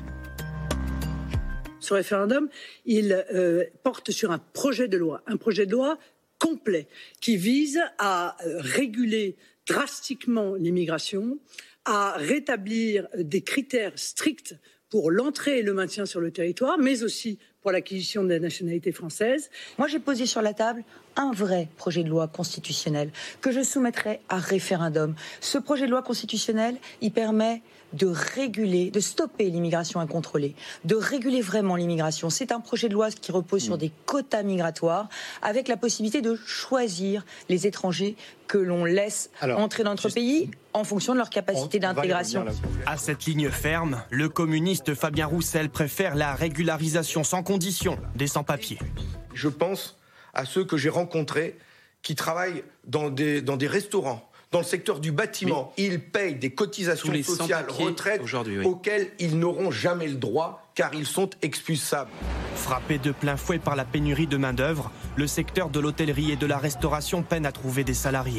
Ce référendum, il euh, porte sur un projet de loi, un projet de loi complet qui vise à euh, réguler drastiquement l'immigration, à rétablir des critères stricts pour l'entrée et le maintien sur le territoire, mais aussi pour l'acquisition de la nationalité française. Moi, j'ai posé sur la table un vrai projet de loi constitutionnel que je soumettrai à référendum. Ce projet de loi constitutionnel, il permet de réguler, de stopper l'immigration incontrôlée, de réguler vraiment l'immigration. C'est un projet de loi qui repose sur des quotas migratoires, avec la possibilité de choisir les étrangers que l'on laisse Alors, entrer dans notre juste... pays en fonction de leur capacité on, on d'intégration. À cette ligne ferme, le communiste Fabien Roussel préfère la régularisation sans condition des sans-papiers. Je pense à ceux que j'ai rencontrés qui travaillent dans des, dans des restaurants, dans le secteur du bâtiment. Mais ils payent des cotisations sociales, retraites, oui. auxquelles ils n'auront jamais le droit, car ils sont expulsables. Frappé de plein fouet par la pénurie de main-d'œuvre, le secteur de l'hôtellerie et de la restauration peine à trouver des salariés.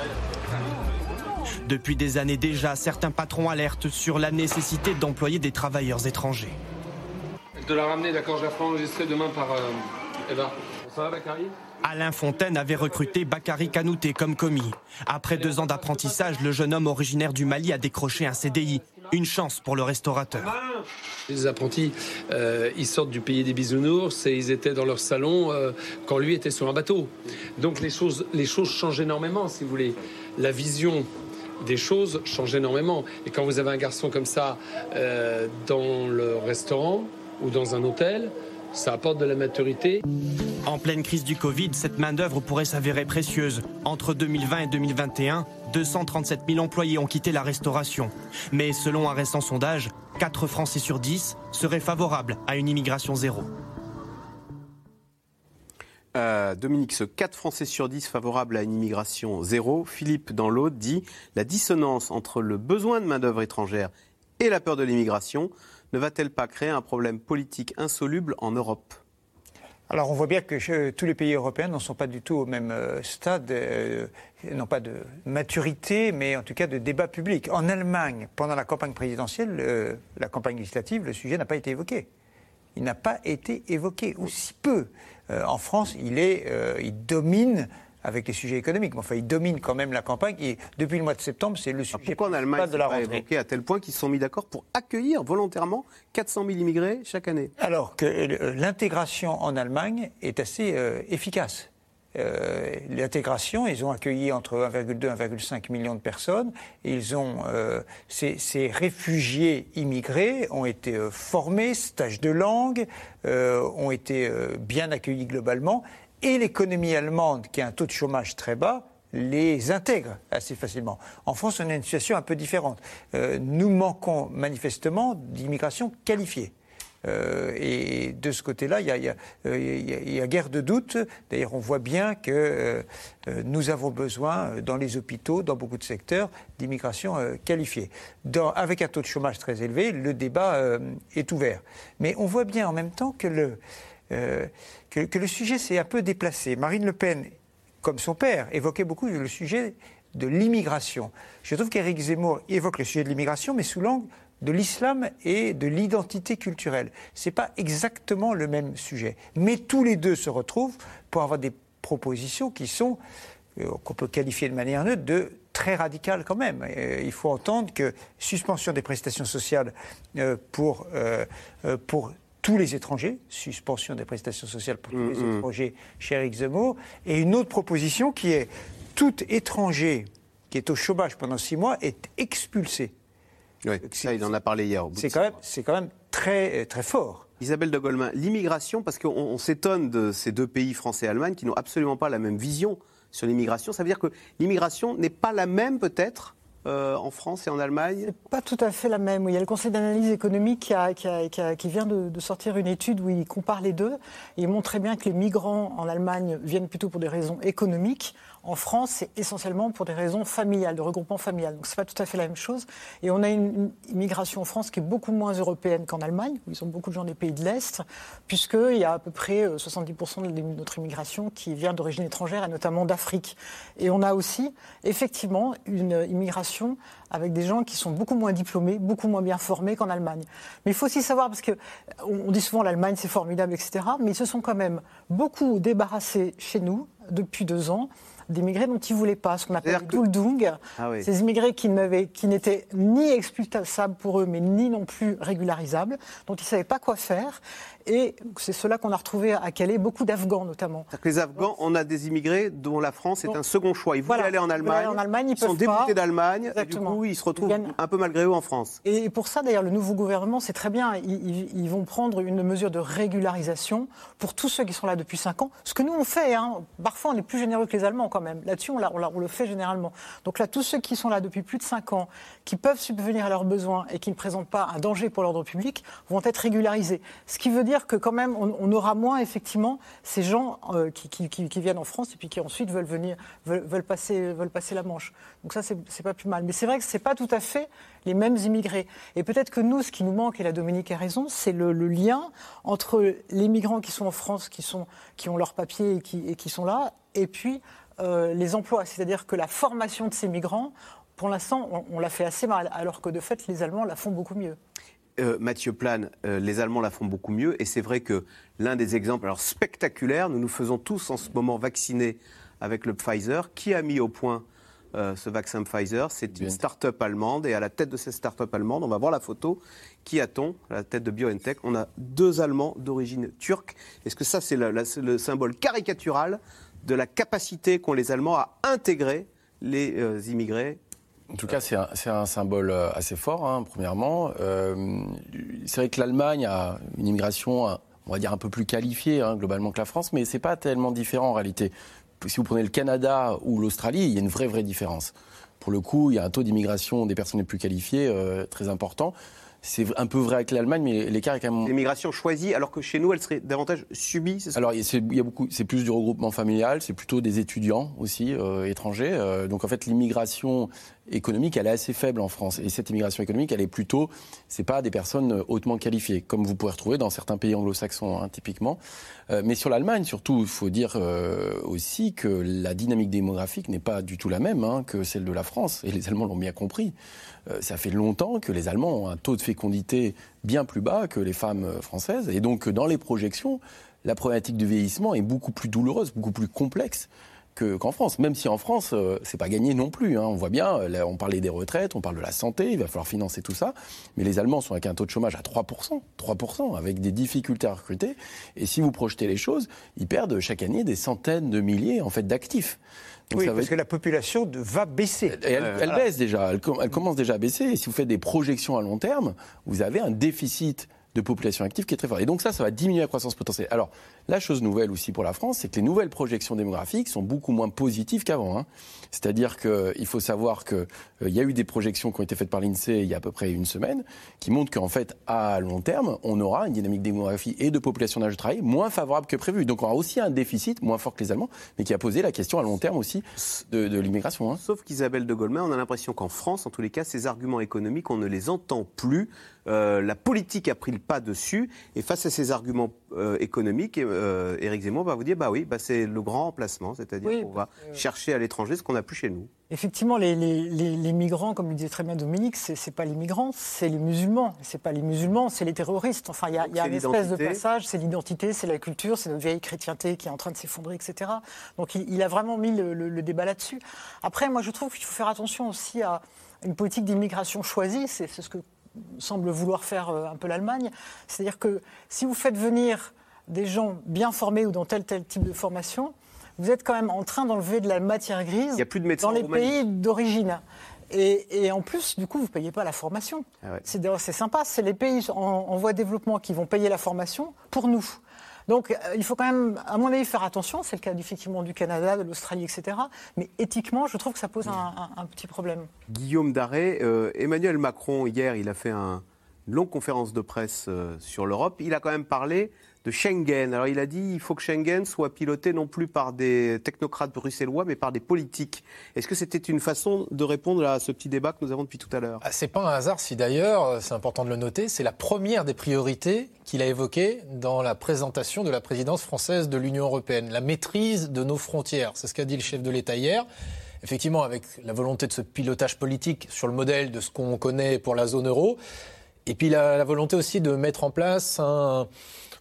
Depuis des années déjà, certains patrons alertent sur la nécessité d'employer des travailleurs étrangers. Je te la ramener, d'accord, je la ferai enregistrer demain par euh, Eva. Ça va, Bakary ? Alain Fontaine avait recruté Bakary Kanouté comme commis. Après deux ans d'apprentissage, le jeune homme originaire du Mali a décroché un C D I. Une chance pour le restaurateur. Les apprentis, euh, ils sortent du pays des bisounours et ils étaient dans leur salon euh, quand lui était sur un bateau. Donc les choses, les choses changent énormément, si vous voulez. La vision des choses change énormément. Et quand vous avez un garçon comme ça euh, dans le restaurant ou dans un hôtel, ça apporte de la maturité. En pleine crise du Covid, cette main-d'œuvre pourrait s'avérer précieuse. Entre deux mille vingt et deux mille vingt et un, deux cent trente-sept mille employés ont quitté la restauration. Mais selon un récent sondage, quatre Français sur dix seraient favorables à une immigration zéro. Euh, Dominique, ce quatre Français sur dix favorables à une immigration zéro. Philippe, dans l'autre, dit « La dissonance entre le besoin de main-d'œuvre étrangère et la peur de l'immigration ne va-t-elle pas créer un problème politique insoluble en Europe ?» Alors on voit bien que je, tous les pays européens n'en sont pas du tout au même euh, stade, euh, non pas de maturité, mais en tout cas de débat public. En Allemagne, pendant la campagne présidentielle, euh, la campagne législative, le sujet n'a pas été évoqué. Il n'a pas été évoqué, ou si peu. Euh, en France, il, est, euh, il domine avec les sujets économiques. Mais enfin, il domine quand même la campagne. Et depuis le mois de septembre, c'est le sujet. Alors pourquoi en Allemagne, de la rentrée. Pas évoqué à tel point qu'ils se sont mis d'accord pour accueillir volontairement quatre cent mille immigrés chaque année? Alors que euh, l'intégration en Allemagne est assez euh, efficace. Euh, l'intégration, ils ont accueilli entre un virgule deux et un virgule cinq million de personnes. Et ils ont, euh, ces, ces réfugiés immigrés ont été euh, formés, stages de langue, euh, ont été euh, bien accueillis globalement. Et l'économie allemande, qui a un taux de chômage très bas, les intègre assez facilement. En France, on a une situation un peu différente. Euh, nous manquons manifestement d'immigration qualifiée. Euh, et de ce côté-là, il y a, y a, y a, y a guère de doute. D'ailleurs, on voit bien que euh, nous avons besoin, dans les hôpitaux, dans beaucoup de secteurs, d'immigration euh, qualifiée. Dans, avec un taux de chômage très élevé, le débat euh, est ouvert. Mais on voit bien en même temps que le... Euh, que, que le sujet s'est un peu déplacé. Marine Le Pen, comme son père, évoquait beaucoup le sujet de l'immigration. Je trouve qu'Éric Zemmour évoque le sujet de l'immigration, mais sous l'angle de l'islam et de l'identité culturelle. Ce n'est pas exactement le même sujet. Mais tous les deux se retrouvent pour avoir des propositions qui sont, euh, qu'on peut qualifier de manière neutre, de très radicales quand même. Euh, il faut entendre que suspension des prestations sociales euh, pour, euh, euh, pour tous les étrangers, suspension des prestations sociales pour tous mmh, les mmh. étrangers chez Éric Zemmour, et une autre proposition qui est tout étranger qui est au chômage pendant six mois est expulsé. Oui, ça, il en a parlé hier. Au bout c'est, quand même, c'est quand même très, très fort. Isabelle de Golemin, l'immigration, parce qu'on on s'étonne de ces deux pays, France et Allemagne, qui n'ont absolument pas la même vision sur l'immigration. Ça veut dire que l'immigration n'est pas la même, peut-être, Euh, en France et en Allemagne? C'est pas tout à fait la même. Il y a le Conseil d'analyse économique qui, a, qui, a, qui, a, qui vient de, de sortir une étude où il compare les deux. Et il montre très bien que les migrants en Allemagne viennent plutôt pour des raisons économiques. En France, c'est essentiellement pour des raisons familiales, de regroupement familial. Donc c'est pas tout à fait la même chose. Et on a une, une immigration en France qui est beaucoup moins européenne qu'en Allemagne, où ils ont beaucoup de gens des pays de l'Est, puisqu'il y a à peu près soixante-dix pour cent de notre immigration qui vient d'origine étrangère, et notamment d'Afrique. Et on a aussi, effectivement, une immigration avec des gens qui sont beaucoup moins diplômés, beaucoup moins bien formés qu'en Allemagne. Mais il faut aussi savoir, parce qu'on dit souvent l'Allemagne c'est formidable, et cetera, mais ils se sont quand même beaucoup débarrassés chez nous, depuis deux ans, d'immigrés dont ils ne voulaient pas, ce qu'on appelle le Duldung. Ah oui. Ces immigrés qui, qui n'étaient ni expulsables pour eux, mais ni non plus régularisables, dont ils ne savaient pas quoi faire. Et c'est cela qu'on a retrouvé à Calais, beaucoup d'Afghans notamment. C'est-à-dire que les Afghans, on a des immigrés dont la France est bon. un second choix. Ils voulaient Voilà. aller en Allemagne, aller en Allemagne ils, ils sont peuvent débutés pas. d'Allemagne, Exactement. et du coup ils se retrouvent Ils gagnent... un peu malgré eux en France. Et pour ça d'ailleurs le nouveau gouvernement, c'est très bien, ils, ils, ils vont prendre une mesure de régularisation pour tous ceux qui sont là depuis cinq ans. Ce que nous on fait, hein. Parfois on est plus généreux que les Allemands quand même. Là-dessus on, on, on le fait généralement. Donc là tous ceux qui sont là depuis plus de cinq ans, qui peuvent subvenir à leurs besoins et qui ne présentent pas un danger pour l'ordre public, vont être régularisés. Ce qui veut dire que quand même on, on aura moins effectivement ces gens euh, qui, qui, qui, qui viennent en France et puis qui ensuite veulent venir, veulent, veulent, passer, veulent passer la Manche. Donc ça c'est, c'est pas plus mal. Mais c'est vrai que c'est pas tout à fait les mêmes immigrés. Et peut-être que nous, ce qui nous manque, et la Dominique a raison, c'est le, le lien entre les migrants qui sont en France, qui, sont, qui ont leurs papiers et qui, et qui sont là, et puis euh, les emplois. C'est-à-dire que la formation de ces migrants, pour l'instant, on, on l'a fait assez mal, alors que de fait, les Allemands la font beaucoup mieux. Euh, Mathieu Plane, euh, les Allemands la font beaucoup mieux, et c'est vrai que l'un des exemples alors spectaculaires, nous nous faisons tous en ce moment vacciner avec le Pfizer. Qui a mis au point euh, ce vaccin Pfizer? C'est une start-up allemande, et à la tête de cette start-up allemande, on va voir la photo, qui a-t-on? À la tête de BioNTech, on a deux Allemands d'origine turque. Est-ce que ça, c'est, la, la, c'est le symbole caricatural de la capacité qu'ont les Allemands à intégrer les euh, immigrés? En tout cas, c'est un, c'est un symbole assez fort, hein, premièrement. Euh, c'est vrai que l'Allemagne a une immigration, on va dire, un peu plus qualifiée, hein, globalement, que la France, mais c'est pas tellement différent en réalité. Si vous prenez le Canada ou l'Australie, il y a une vraie, vraie différence. Pour le coup, il y a un taux d'immigration des personnes les plus qualifiées euh, très important. C'est un peu vrai avec l'Allemagne, mais l'écart est quand même... L'immigration choisie, alors que chez nous, elle serait davantage subie, c'est ça? Alors, c'est, il y a beaucoup, c'est plus du regroupement familial, c'est plutôt des étudiants aussi, euh, étrangers. Euh, donc, en fait, l'immigration économique, elle est assez faible en France. Et cette immigration économique, elle est plutôt... C'est pas des personnes hautement qualifiées, comme vous pouvez retrouver dans certains pays anglo-saxons, hein, typiquement. Euh, mais sur l'Allemagne, surtout, il faut dire euh, aussi que la dynamique démographique n'est pas du tout la même, hein, que celle de la France. Et les Allemands l'ont bien compris. Euh, ça fait longtemps que les Allemands ont un taux de fécondité bien plus bas que les femmes françaises. Et donc, dans les projections, la problématique du vieillissement est beaucoup plus douloureuse, beaucoup plus complexe que, qu'en France. Même si en France, euh, c'est pas gagné non plus. Hein. On voit bien, là, on parlait des retraites, on parle de la santé, il va falloir financer tout ça. Mais les Allemands sont avec un taux de chômage à trois pour cent, trois pour cent, avec des difficultés à recruter. Et si vous projetez les choses, ils perdent chaque année des centaines de milliers en fait, d'actifs. Donc oui, parce être... que la population va baisser. Et elle, elle voilà. baisse déjà, elle, elle commence déjà à baisser. Et si vous faites des projections à long terme, vous avez un déficit de population active qui est très fort. Et donc ça, ça va diminuer la croissance potentielle. Alors, la chose nouvelle aussi pour la France, c'est que les nouvelles projections démographiques sont beaucoup moins positives qu'avant. Hein. C'est-à-dire qu'il faut savoir qu'il euh, y a eu des projections qui ont été faites par l'INSEE il y a à peu près une semaine, qui montrent qu'en fait, à long terme, on aura une dynamique démographique et de population d'âge de travail moins favorable que prévu. Donc on aura aussi un déficit moins fort que les Allemands, mais qui a posé la question à long terme aussi de, de l'immigration. Hein. Sauf qu'Isabelle de Golemin, on a l'impression qu'en France, en tous les cas, ces arguments économiques, on ne les entend plus. Euh, la politique a pris le pas dessus, et face à ces arguments euh, économiques, euh, Éric Zemmour va vous dire bah oui, bah c'est le grand remplacement, c'est-à-dire oui, qu'on va euh... chercher à l'étranger ce qu'on n'a plus chez nous. Effectivement, les, les, les, les migrants, comme le disait très bien Dominique, c'est, c'est pas les migrants, c'est les musulmans. C'est pas les musulmans, c'est les terroristes. Enfin, il y a, y a une espèce de passage, c'est l'identité, c'est la culture, c'est notre vieille chrétienté qui est en train de s'effondrer, et cetera. Donc il, il a vraiment mis le, le, le débat là-dessus. Après, moi je trouve qu'il faut faire attention aussi à une politique d'immigration choisie, c'est, c'est ce que semble vouloir faire un peu l'Allemagne. C'est-à-dire que si vous faites venir des gens bien formés ou dans tel tel type de formation, vous êtes quand même en train d'enlever de la matière grise Il y a plus de médecins dans les en Roumanie. pays d'origine. Et, et en plus, du coup, vous ne payez pas la formation. Ah ouais. c'est, c'est sympa, c'est les pays en, en voie de développement qui vont payer la formation pour nous. Donc, euh, il faut quand même, à mon avis, faire attention. C'est le cas effectivement du Canada, de l'Australie, et cetera. Mais éthiquement, je trouve que ça pose un, un, un petit problème. Guillaume Daré, euh, Emmanuel Macron, hier, il a fait un, une longue conférence de presse euh, sur l'Europe. Il a quand même parlé de Schengen. Alors, il a dit qu'il faut que Schengen soit piloté non plus par des technocrates bruxellois, mais par des politiques. Est-ce que c'était une façon de répondre à ce petit débat que nous avons depuis tout à l'heure ? Ah, c'est pas un hasard si d'ailleurs, c'est important de le noter, c'est la première des priorités qu'il a évoquées dans la présentation de la présidence française de l'Union européenne, la maîtrise de nos frontières. C'est ce qu'a dit le chef de l'État hier. Effectivement, avec la volonté de ce pilotage politique sur le modèle de ce qu'on connaît pour la zone euro, et puis la, la volonté aussi de mettre en place un...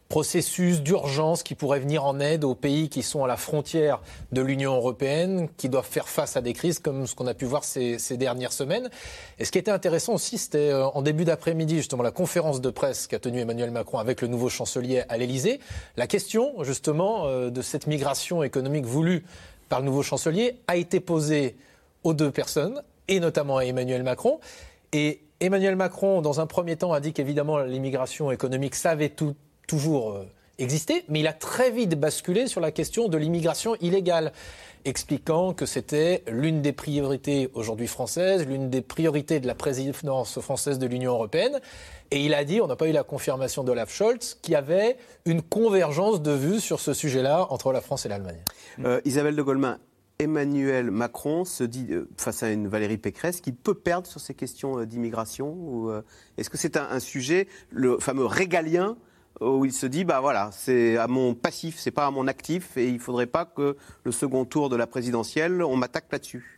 processus d'urgence qui pourrait venir en aide aux pays qui sont à la frontière de l'Union européenne, qui doivent faire face à des crises comme ce qu'on a pu voir ces, ces dernières semaines. Et ce qui était intéressant aussi, c'était euh, en début d'après-midi, justement, la conférence de presse qu'a tenue Emmanuel Macron avec le nouveau chancelier à l'Élysée. La question, justement, euh, de cette migration économique voulue par le nouveau chancelier a été posée aux deux personnes, et notamment à Emmanuel Macron. Et Emmanuel Macron, dans un premier temps, a dit qu'évidemment, l'immigration économique savait tout toujours euh, exister, mais il a très vite basculé sur la question de l'immigration illégale, expliquant que c'était l'une des priorités aujourd'hui françaises, l'une des priorités de la présidence française de l'Union européenne. Et il a dit, on n'a pas eu la confirmation d'Olaf Scholz, qu'il y avait une convergence de vues sur ce sujet-là entre la France et l'Allemagne. Euh, Isabelle de Golemin, Emmanuel Macron se dit, euh, face à une Valérie Pécresse, qu'il peut perdre sur ces questions euh, d'immigration ou, euh, est-ce que c'est un, un sujet, le fameux régalien, où il se dit, bah voilà, c'est à mon passif, c'est pas à mon actif, et il ne faudrait pas que le second tour de la présidentielle, on m'attaque là-dessus.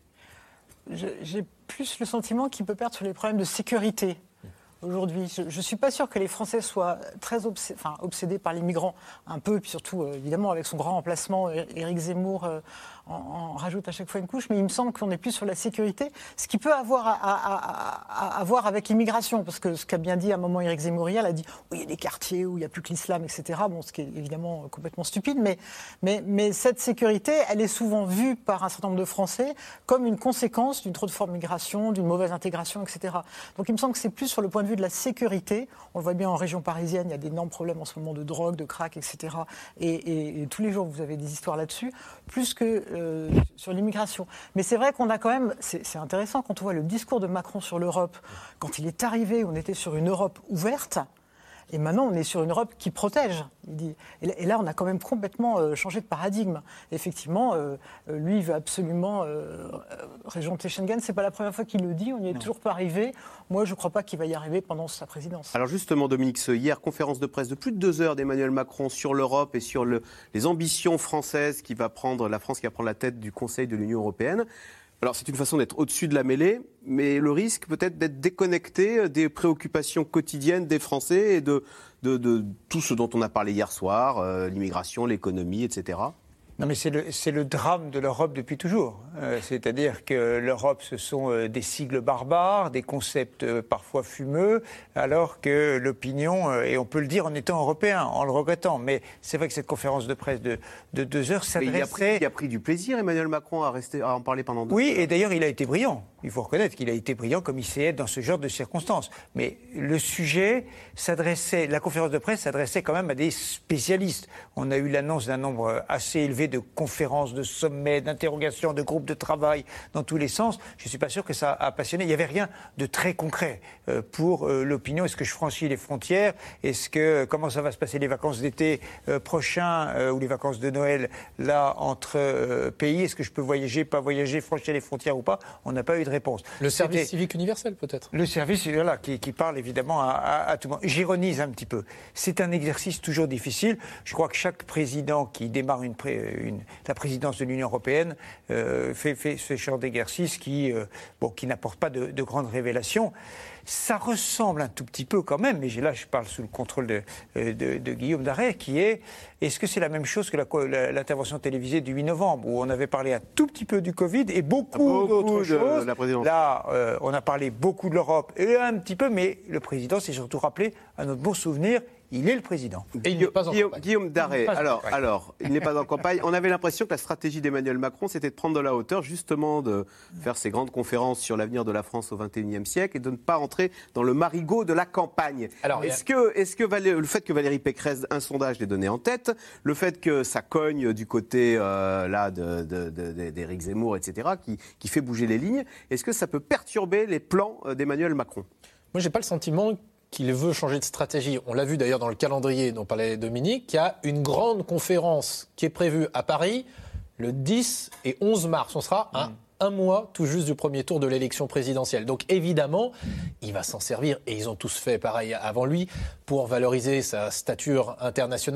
J'ai plus le sentiment qu'il peut perdre sur les problèmes de sécurité aujourd'hui. Je ne suis pas sûr que les Français soient très obs- enfin, obsédés par les migrants, un peu, puis surtout, euh, évidemment, avec son grand remplacement, Éric Zemmour euh, en, en rajoute à chaque fois une couche, mais il me semble qu'on est plus sur la sécurité, ce qui peut avoir à, à, à, à, à voir avec l'immigration, parce que ce qu'a bien dit à un moment Éric Zemmour, il a dit « oui, il y a des quartiers où il n'y a plus que l'islam, et cetera » Bon, ce qui est évidemment complètement stupide, mais, mais, mais cette sécurité, elle est souvent vue par un certain nombre de Français comme une conséquence d'une trop de forte migration, d'une mauvaise intégration, et cetera. Donc il me semble que c'est plus sur le point de vue de la sécurité. On le voit bien en région parisienne, il y a d'énormes problèmes en ce moment de drogue, de crack, et cetera. Et, et, et tous les jours, vous avez des histoires là-dessus, plus que euh, sur l'immigration. Mais c'est vrai qu'on a quand même, c'est, c'est intéressant quand on voit le discours de Macron sur l'Europe, quand il est arrivé, on était sur une Europe ouverte, et maintenant on est sur une Europe qui protège. Il dit. Et là, on a quand même complètement euh, changé de paradigme. Effectivement, euh, lui, il veut absolument euh, régenter Schengen. C'est pas la première fois qu'il le dit. On n'y est non. toujours pas arrivé. Moi, je ne crois pas qu'il va y arriver pendant sa présidence. Alors justement, Dominique Seux, hier, conférence de presse de plus de deux heures d'Emmanuel Macron sur l'Europe et sur le, les ambitions françaises qui va prendre, la France qui va prendre la tête du Conseil de l'Union européenne. Alors c'est une façon d'être au-dessus de la mêlée, mais le risque peut-être d'être déconnecté des préoccupations quotidiennes des Français et de, de, de tout ce dont on a parlé hier soir, euh, l'immigration, l'économie, et cetera. Non mais c'est le, c'est le drame de l'Europe depuis toujours. Euh, c'est-à-dire que l'Europe, ce sont euh, des sigles barbares, des concepts euh, parfois fumeux, alors que l'opinion, euh, et on peut le dire en étant européen, en le regrettant, mais c'est vrai que cette conférence de presse de, de deux heures s'adressait... Il a, pris, il a pris du plaisir, Emmanuel Macron, à, rester, à en parler pendant deux Oui, heures. Et d'ailleurs, il a été brillant. Il faut reconnaître qu'il a été brillant comme il sait être dans ce genre de circonstances. Mais le sujet s'adressait, la conférence de presse s'adressait quand même à des spécialistes. On a eu l'annonce d'un nombre assez élevé de conférences, de sommets, d'interrogations, de groupes de travail dans tous les sens. Je ne suis pas sûr que ça a passionné. Il n'y avait rien de très concret euh, pour euh, l'opinion. Est-ce que je franchis les frontières ? Est-ce que comment ça va se passer les vacances d'été euh, prochains euh, ou les vacances de Noël là entre euh, pays ? Est-ce que je peux voyager, pas voyager, franchir les frontières ou pas ? On n'a pas eu de réponse. Le service C'était civique universel peut-être ? Le service, voilà, qui, qui parle évidemment à, à, à tout le monde. J'ironise un petit peu. C'est un exercice toujours difficile. Je crois que chaque président qui démarre une, une, la présidence de l'Union européenne euh, fait, fait ce genre d'exercice qui, euh, bon, qui n'apporte pas de, de grandes révélations. Ça ressemble un tout petit peu quand même, mais là je parle sous le contrôle de, de, de Guillaume Darey, qui est, est-ce que c'est la même chose que la, la, l'intervention télévisée du huit novembre, où on avait parlé un tout petit peu du Covid et beaucoup, beaucoup d'autres de choses. Là, euh, on a parlé beaucoup de l'Europe et un petit peu, mais le président s'est surtout rappelé, à notre bon souvenir, il est le président. Et il n'est pas en Guillaume, campagne. Guillaume Darey, alors, alors, il n'est pas en campagne. On avait l'impression que la stratégie d'Emmanuel Macron, c'était de prendre de la hauteur, justement de faire ces grandes conférences sur l'avenir de la France au vingt et unième siècle et de ne pas rentrer dans le marigot de la campagne. Alors, est-ce a... que, est-ce que Valé... le fait que Valérie Pécresse, un sondage les donnait en tête, le fait que ça cogne du côté euh, là, de, de, de, de, d'Éric Zemmour, et cetera, qui, qui fait bouger les lignes, est-ce que ça peut perturber les plans d'Emmanuel Macron ? Moi, j'ai pas le sentiment qu'il veut changer de stratégie. On l'a vu d'ailleurs dans le calendrier dont parlait Dominique, qu'il y a une grande conférence qui est prévue à Paris le dix et onze mars. On sera à mmh. un mois tout juste du premier tour de l'élection présidentielle. Donc évidemment, il va s'en servir, et ils ont tous fait pareil avant lui, pour valoriser sa stature internationale,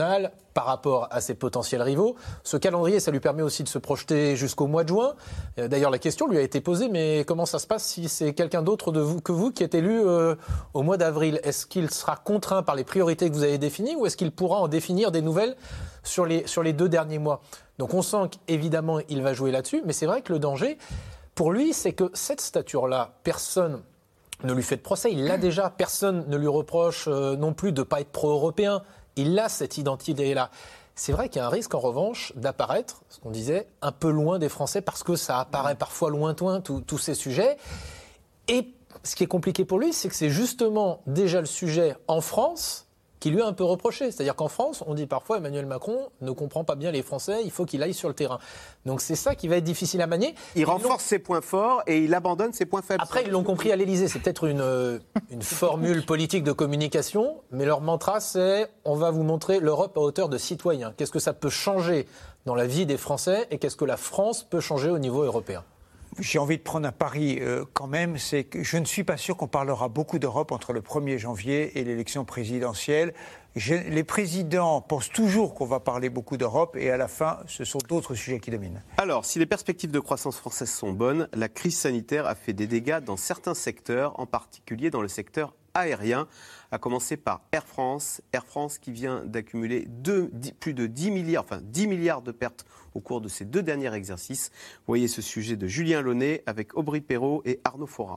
par rapport à ses potentiels rivaux. Ce calendrier, ça lui permet aussi de se projeter jusqu'au mois de juin. D'ailleurs, la question lui a été posée, mais comment ça se passe si c'est quelqu'un d'autre de vous, que vous qui est élu euh, au mois d'avril? Est-ce qu'il sera contraint par les priorités que vous avez définies ou est-ce qu'il pourra en définir des nouvelles sur les, sur les deux derniers mois? Donc on sent qu'évidemment, il va jouer là-dessus, mais c'est vrai que le danger, pour lui, c'est que cette stature-là, personne ne lui fait de procès, il l'a déjà, personne ne lui reproche euh, non plus de ne pas être pro-européen. Il a cette identité-là. C'est vrai qu'il y a un risque, en revanche, d'apparaître, ce qu'on disait, un peu loin des Français, parce que ça apparaît parfois lointain, tous ces sujets. Et ce qui est compliqué pour lui, c'est que c'est justement déjà le sujet en France qui lui a un peu reproché. C'est-à-dire qu'en France, on dit parfois Emmanuel Macron ne comprend pas bien les Français, il faut qu'il aille sur le terrain. Donc c'est ça qui va être difficile à manier. Il ils renforce ses points forts et il abandonne ses points faibles. Après, ils l'ont compris à l'Élysée. C'est peut-être une, une formule politique de communication, mais leur mantra, c'est on va vous montrer l'Europe à hauteur de citoyen. Qu'est-ce que ça peut changer dans la vie des Français et qu'est-ce que la France peut changer au niveau européen? J'ai envie de prendre un pari euh, quand même, c'est que je ne suis pas sûr qu'on parlera beaucoup d'Europe entre le premier janvier et l'élection présidentielle. Je, les présidents pensent toujours qu'on va parler beaucoup d'Europe et à la fin, ce sont d'autres sujets qui dominent. Alors, si les perspectives de croissance française sont bonnes, la crise sanitaire a fait des dégâts dans certains secteurs, en particulier dans le secteur aérien, à commencer par Air France. Air France qui vient d'accumuler deux, dix, plus de dix milliards, enfin dix milliards de pertes au cours de ces deux derniers exercices. Voyez ce sujet de Julien Launay avec Aubry Perrault et Arnaud Fora.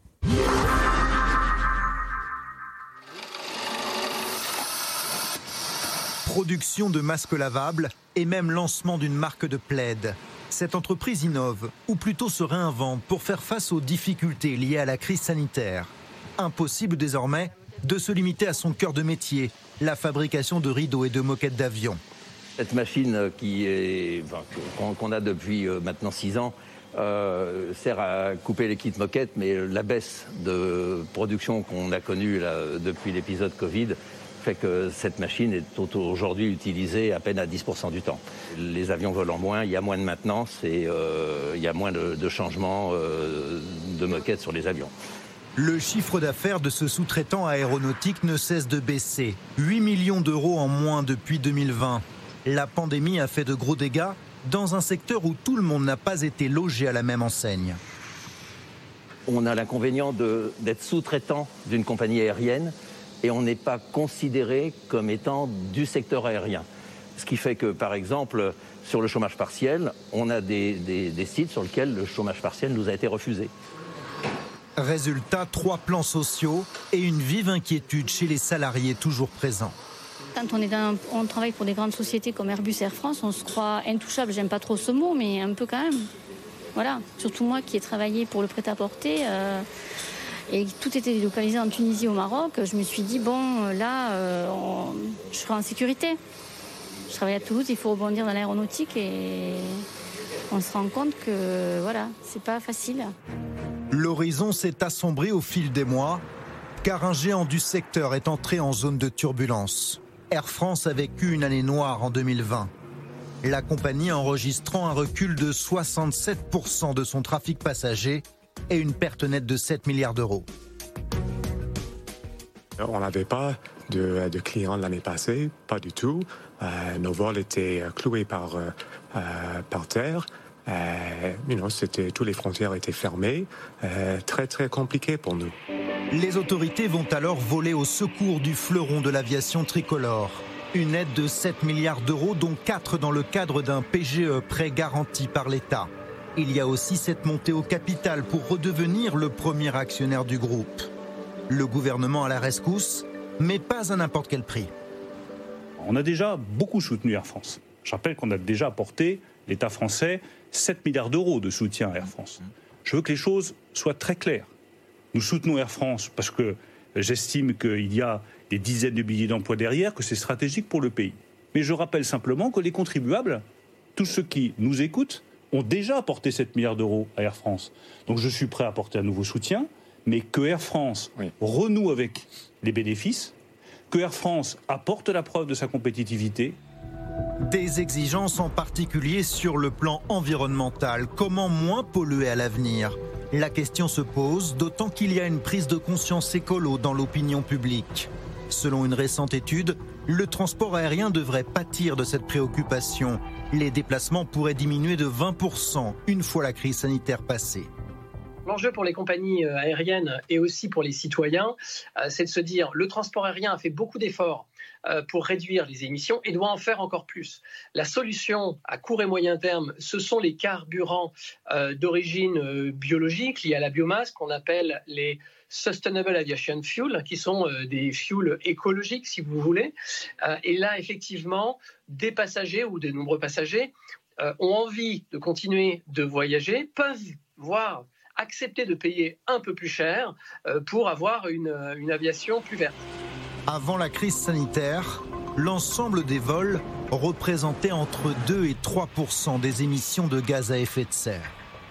Production de masques lavables et même lancement d'une marque de plaid. Cette entreprise innove, ou plutôt se réinvente pour faire face aux difficultés liées à la crise sanitaire. Impossible désormais de se limiter à son cœur de métier, la fabrication de rideaux et de moquettes d'avions. Cette machine qui est, enfin, qu'on a depuis maintenant six ans euh, sert à couper les kits moquettes, mais la baisse de production qu'on a connue là, depuis l'épisode Covid fait que cette machine est aujourd'hui utilisée à peine à dix pour cent du temps. Les avions volant moins, il y a moins de maintenance et euh, il y a moins de, de changements euh, de moquettes sur les avions. Le chiffre d'affaires de ce sous-traitant aéronautique ne cesse de baisser. huit millions d'euros en moins depuis deux mille vingt. La pandémie a fait de gros dégâts dans un secteur où tout le monde n'a pas été logé à la même enseigne. On a l'inconvénient d'être sous-traitant d'une compagnie aérienne et on n'est pas considéré comme étant du secteur aérien. Ce qui fait que, par exemple, sur le chômage partiel, on a des, des, des sites sur lesquels le chômage partiel nous a été refusé. Résultat, trois plans sociaux et une vive inquiétude chez les salariés toujours présents. Quand on, est dans, on travaille pour des grandes sociétés comme Airbus et Air France, on se croit intouchable. J'aime pas trop ce mot, mais un peu quand même. Voilà. Surtout moi qui ai travaillé pour le prêt-à-porter euh, et tout était délocalisé en Tunisie, au Maroc. Je me suis dit, bon, là, euh, on, je serai en sécurité. Je travaille à Toulouse, il faut rebondir dans l'aéronautique et on se rend compte que, voilà, c'est pas facile. L'horizon s'est assombri au fil des mois, car un géant du secteur est entré en zone de turbulence. Air France a vécu une année noire en deux mille vingt. La compagnie enregistrant un recul de soixante-sept pour cent de son trafic passager et une perte nette de sept milliards d'euros. On n'avait pas de, de clients l'année passée, pas du tout. Euh, nos vols étaient cloués par, euh, par terre. Euh, you know, c'était, toutes les frontières étaient fermées. Euh, très, très compliqué pour nous. Les autorités vont alors voler au secours du fleuron de l'aviation tricolore. Une aide de sept milliards d'euros, dont quatre dans le cadre d'un P G E prêt garanti par l'État. Il y a aussi cette montée au capital pour redevenir le premier actionnaire du groupe. Le gouvernement à la rescousse, mais pas à n'importe quel prix. On a déjà beaucoup soutenu Air France. Je rappelle qu'on a déjà apporté, l'État français, sept milliards d'euros de soutien à Air France. Je veux que les choses soient très claires. Nous soutenons Air France parce que j'estime qu'il y a des dizaines de milliers d'emplois derrière, que c'est stratégique pour le pays. Mais je rappelle simplement que les contribuables, tous ceux qui nous écoutent, ont déjà apporté sept milliards d'euros à Air France. Donc je suis prêt à apporter un nouveau soutien, mais que Air France oui. renoue avec les bénéfices, que Air France apporte la preuve de sa compétitivité. Des exigences en particulier sur le plan environnemental. Comment moins polluer à l'avenir ? La question se pose, d'autant qu'il y a une prise de conscience écolo dans l'opinion publique. Selon une récente étude, le transport aérien devrait pâtir de cette préoccupation. Les déplacements pourraient diminuer de vingt pour cent une fois la crise sanitaire passée. L'enjeu pour les compagnies aériennes et aussi pour les citoyens, c'est de se dire le transport aérien a fait beaucoup d'efforts pour réduire les émissions et doit en faire encore plus. La solution à court et moyen terme, ce sont les carburants d'origine biologique liés à la biomasse qu'on appelle les Sustainable Aviation Fuel, qui sont des fuels écologiques, si vous voulez. Et là, effectivement, des passagers ou de nombreux passagers ont envie de continuer de voyager, peuvent voir accepter de payer un peu plus cher pour avoir une, une aviation plus verte. Avant la crise sanitaire, l'ensemble des vols représentait entre deux et trois pour cent des émissions de gaz à effet de serre.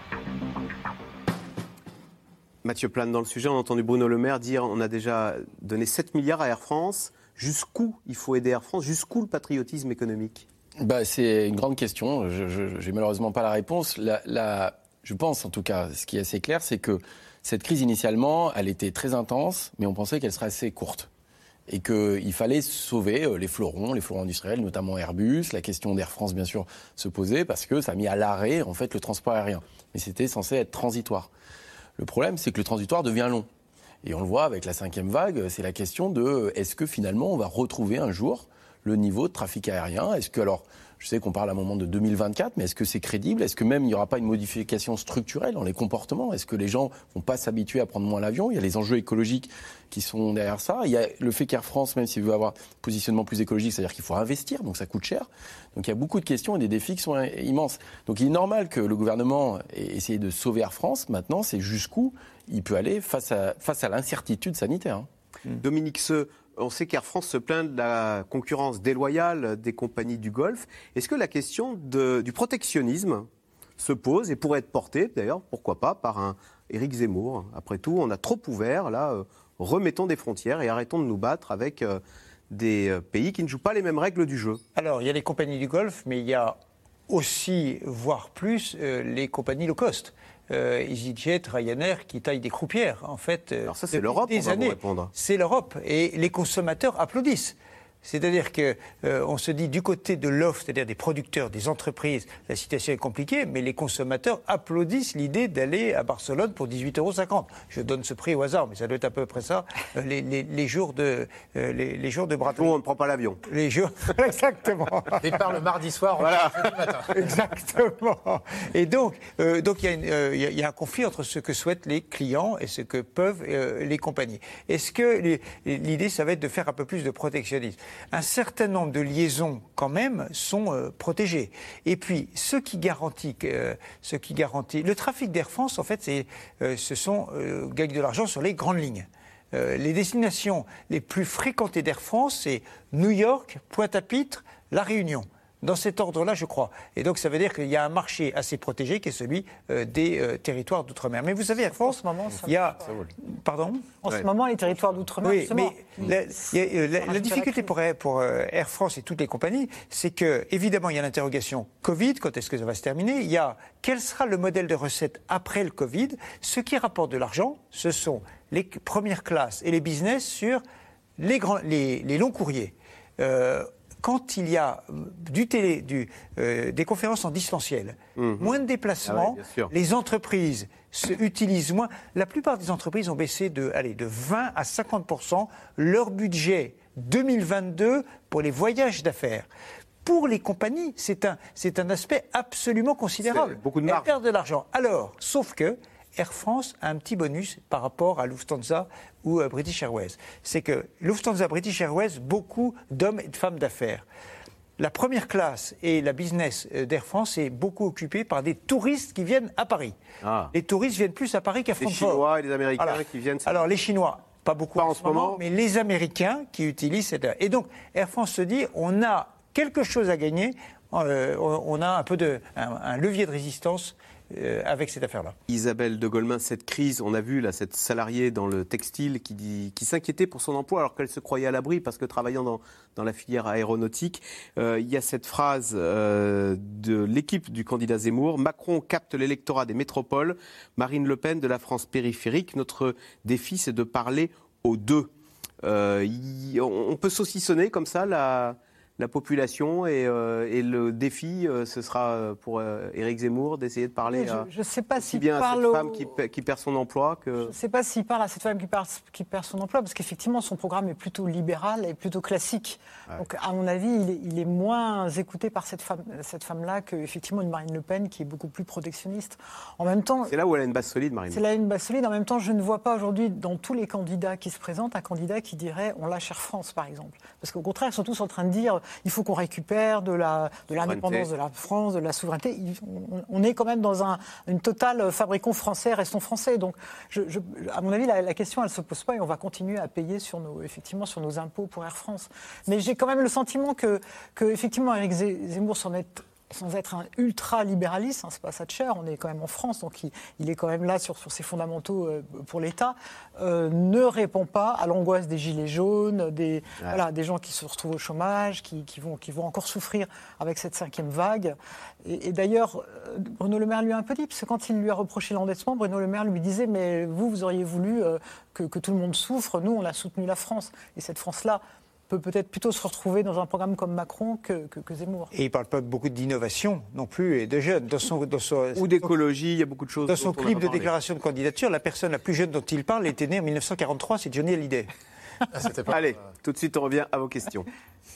Mathieu Plane, dans le sujet, on a entendu Bruno Le Maire dire on a déjà donné sept milliards à Air France. Jusqu'où il faut aider Air France? Jusqu'où le patriotisme économique? bah, C'est une grande question. Je n'ai malheureusement pas la réponse. La, la... Je pense en tout cas, ce qui est assez clair, c'est que cette crise initialement, elle était très intense, mais on pensait qu'elle serait assez courte. Et qu'il fallait sauver les fleurons, les fleurons industriels, notamment Airbus. La question d'Air France, bien sûr, se posait parce que ça a mis à l'arrêt en fait, le transport aérien. Mais c'était censé être transitoire. Le problème, c'est que le transitoire devient long. Et on le voit avec la cinquième vague, c'est la question de est-ce que finalement on va retrouver un jour le niveau de trafic aérien? Est-ce que alors... Je sais qu'on parle à un moment de deux mille vingt-quatre, mais est-ce que c'est crédible? Est-ce que même il n'y aura pas une modification structurelle dans les comportements? Est-ce que les gens ne vont pas s'habituer à prendre moins l'avion? Il y a les enjeux écologiques qui sont derrière ça. Il y a le fait qu'Air France, même s'il veut avoir un positionnement plus écologique, c'est-à-dire qu'il faut investir, donc ça coûte cher. Donc il y a beaucoup de questions et des défis qui sont immenses. Donc il est normal que le gouvernement ait essayé de sauver Air France. Maintenant, c'est jusqu'où il peut aller face à, face à l'incertitude sanitaire. Hein. Dominique Seux, on sait qu'Air France se plaint de la concurrence déloyale des compagnies du Golfe. Est-ce que la question de, du protectionnisme se pose et pourrait être portée, d'ailleurs, pourquoi pas, par un Éric Zemmour? Après tout, on a trop ouvert, là, euh, remettons des frontières et arrêtons de nous battre avec euh, des euh, pays qui ne jouent pas les mêmes règles du jeu. Alors, il y a les compagnies du Golfe, mais il y a aussi, voire plus, euh, les compagnies low cost. Euh, EasyJet, Ryanair, qui taillent des croupières, en fait. Alors ça, c'est l'Europe, on va vous répondre. C'est l'Europe, et les consommateurs applaudissent. C'est-à-dire qu'on euh, se dit du côté de l'offre, c'est-à-dire des producteurs, des entreprises, la situation est compliquée, mais les consommateurs applaudissent l'idée d'aller à Barcelone pour dix-huit euros cinquante. Je donne ce prix au hasard, mais ça doit être à peu près ça, euh, les, les, les jours de euh, les, les jours de braderie. On ne prend pas l'avion. Les jours, exactement. Départ le mardi soir, voilà. Jeudi matin. Exactement. Et donc, euh, donc il y, euh, y, y a un conflit entre ce que souhaitent les clients et ce que peuvent euh, les compagnies. Est-ce que les, l'idée, ça va être de faire un peu plus de protectionnisme? Un certain nombre de liaisons, quand même, sont euh, protégées. Et puis, ce qui garantit, euh, ce qui garantit... Le trafic d'Air France, en fait, c'est, euh, ce sont euh, gagne de l'argent sur les grandes lignes. Euh, les destinations les plus fréquentées d'Air France, c'est New York, Pointe-à-Pitre, La Réunion. Dans cet ordre-là, je crois. Et donc, ça veut dire qu'il y a un marché assez protégé qui est celui euh, des euh, territoires d'outre-mer. Mais vous savez, Air France, en ce moment, il y a... Pardon ? En ce ouais. moment, les territoires d'outre-mer, oui, mais la, y a, euh, la, la difficulté pour, pour euh, Air France et toutes les compagnies, c'est que, évidemment, il y a l'interrogation Covid, quand est-ce que ça va se terminer ? Il y a quel sera le modèle de recette après le Covid ? Ce qui rapporte de l'argent, ce sont les premières classes et les business sur les, grands, les, les longs courriers. Euh, Quand il y a du télé, du, euh, des conférences en distanciel, mmh. moins de déplacements, ah ouais, les entreprises se utilisent moins. La plupart des entreprises ont baissé de, allez, de vingt à cinquante pour cent leur budget deux mille vingt-deux pour les voyages d'affaires. Pour les compagnies, c'est un, c'est un aspect absolument considérable. C'est beaucoup de marge. Elles perdent de l'argent. Alors, sauf que Air France a un petit bonus par rapport à Lufthansa ou à British Airways. C'est que Lufthansa, British Airways, beaucoup d'hommes et de femmes d'affaires. La première classe et la business d'Air France est beaucoup occupée par des touristes qui viennent à Paris. Ah. Les touristes viennent plus à Paris qu'à Francfort. Les Chinois et les Américains Alors, qui viennent... Alors les Chinois, pas beaucoup pas en, en ce moment, moment, mais les Américains qui utilisent cette... Et donc Air France se dit, on a quelque chose à gagner, euh, on a un peu de, un, un levier de résistance Euh, avec cette affaire-là. Isabelle de Golemin, cette crise, on a vu là, cette salariée dans le textile qui, dit, qui s'inquiétait pour son emploi alors qu'elle se croyait à l'abri parce que travaillant dans, dans la filière aéronautique, euh, il y a cette phrase euh, de l'équipe du candidat Zemmour, Macron capte l'électorat des métropoles, Marine Le Pen de la France périphérique, notre défi c'est de parler aux deux. Euh, y, on peut saucissonner comme ça la, la population et, euh, et le défi, euh, ce sera pour euh, Éric Zemmour d'essayer de parler je, à, je sais pas aussi bien à cette au... femme qui, qui perd son emploi que... Je ne sais pas s'il parle à cette femme qui perd, qui perd son emploi, parce qu'effectivement, son programme est plutôt libéral et plutôt classique. Ouais. Donc, à mon avis, il est, il est moins écouté par cette, femme, cette femme-là qu'effectivement une Marine Le Pen qui est beaucoup plus protectionniste. En même temps... C'est là où elle a une base solide, Marine. C'est là une base solide. En même temps, je ne vois pas aujourd'hui, dans tous les candidats qui se présentent, un candidat qui dirait « on lâche Air France », par exemple. Parce qu'au contraire, ils sont tous en train de dire « il faut qu'on récupère de, la, de l'indépendance de la France, de la souveraineté ». On, on est quand même dans un, une totale fabricons français, restons français. Donc, je, je, à mon avis, la, la question, elle ne se pose pas et on va continuer à payer sur nos, effectivement, sur nos impôts pour Air France. Mais j'ai quand même le sentiment que, que effectivement, Éric Zemmour s'en est... sans être un ultra-libéraliste, hein, c'est pas Thatcher, on est quand même en France, donc il, il est quand même là sur, sur ses fondamentaux euh, pour l'État, euh, ne répond pas à l'angoisse des gilets jaunes, des, ouais. voilà, des gens qui se retrouvent au chômage, qui, qui, vont, qui vont encore souffrir avec cette cinquième vague. Et, et d'ailleurs, Bruno Le Maire lui a un peu dit, parce que quand il lui a reproché l'endettement, Bruno Le Maire lui disait « mais vous, vous auriez voulu euh, que, que tout le monde souffre, nous, on a soutenu la France. » Et cette France-là peut peut-être plutôt se retrouver dans un programme comme Macron que, que, que Zemmour. Et il ne parle pas beaucoup d'innovation non plus et de jeunes. Dans son, dans son, Ou d'écologie, il y a beaucoup de choses. Dans son clip de déclaration de candidature, la personne la plus jeune dont il parle était née en mille neuf cent quarante-trois, c'est Johnny Hallyday. Ah, pas... Allez, tout de suite on revient à vos questions.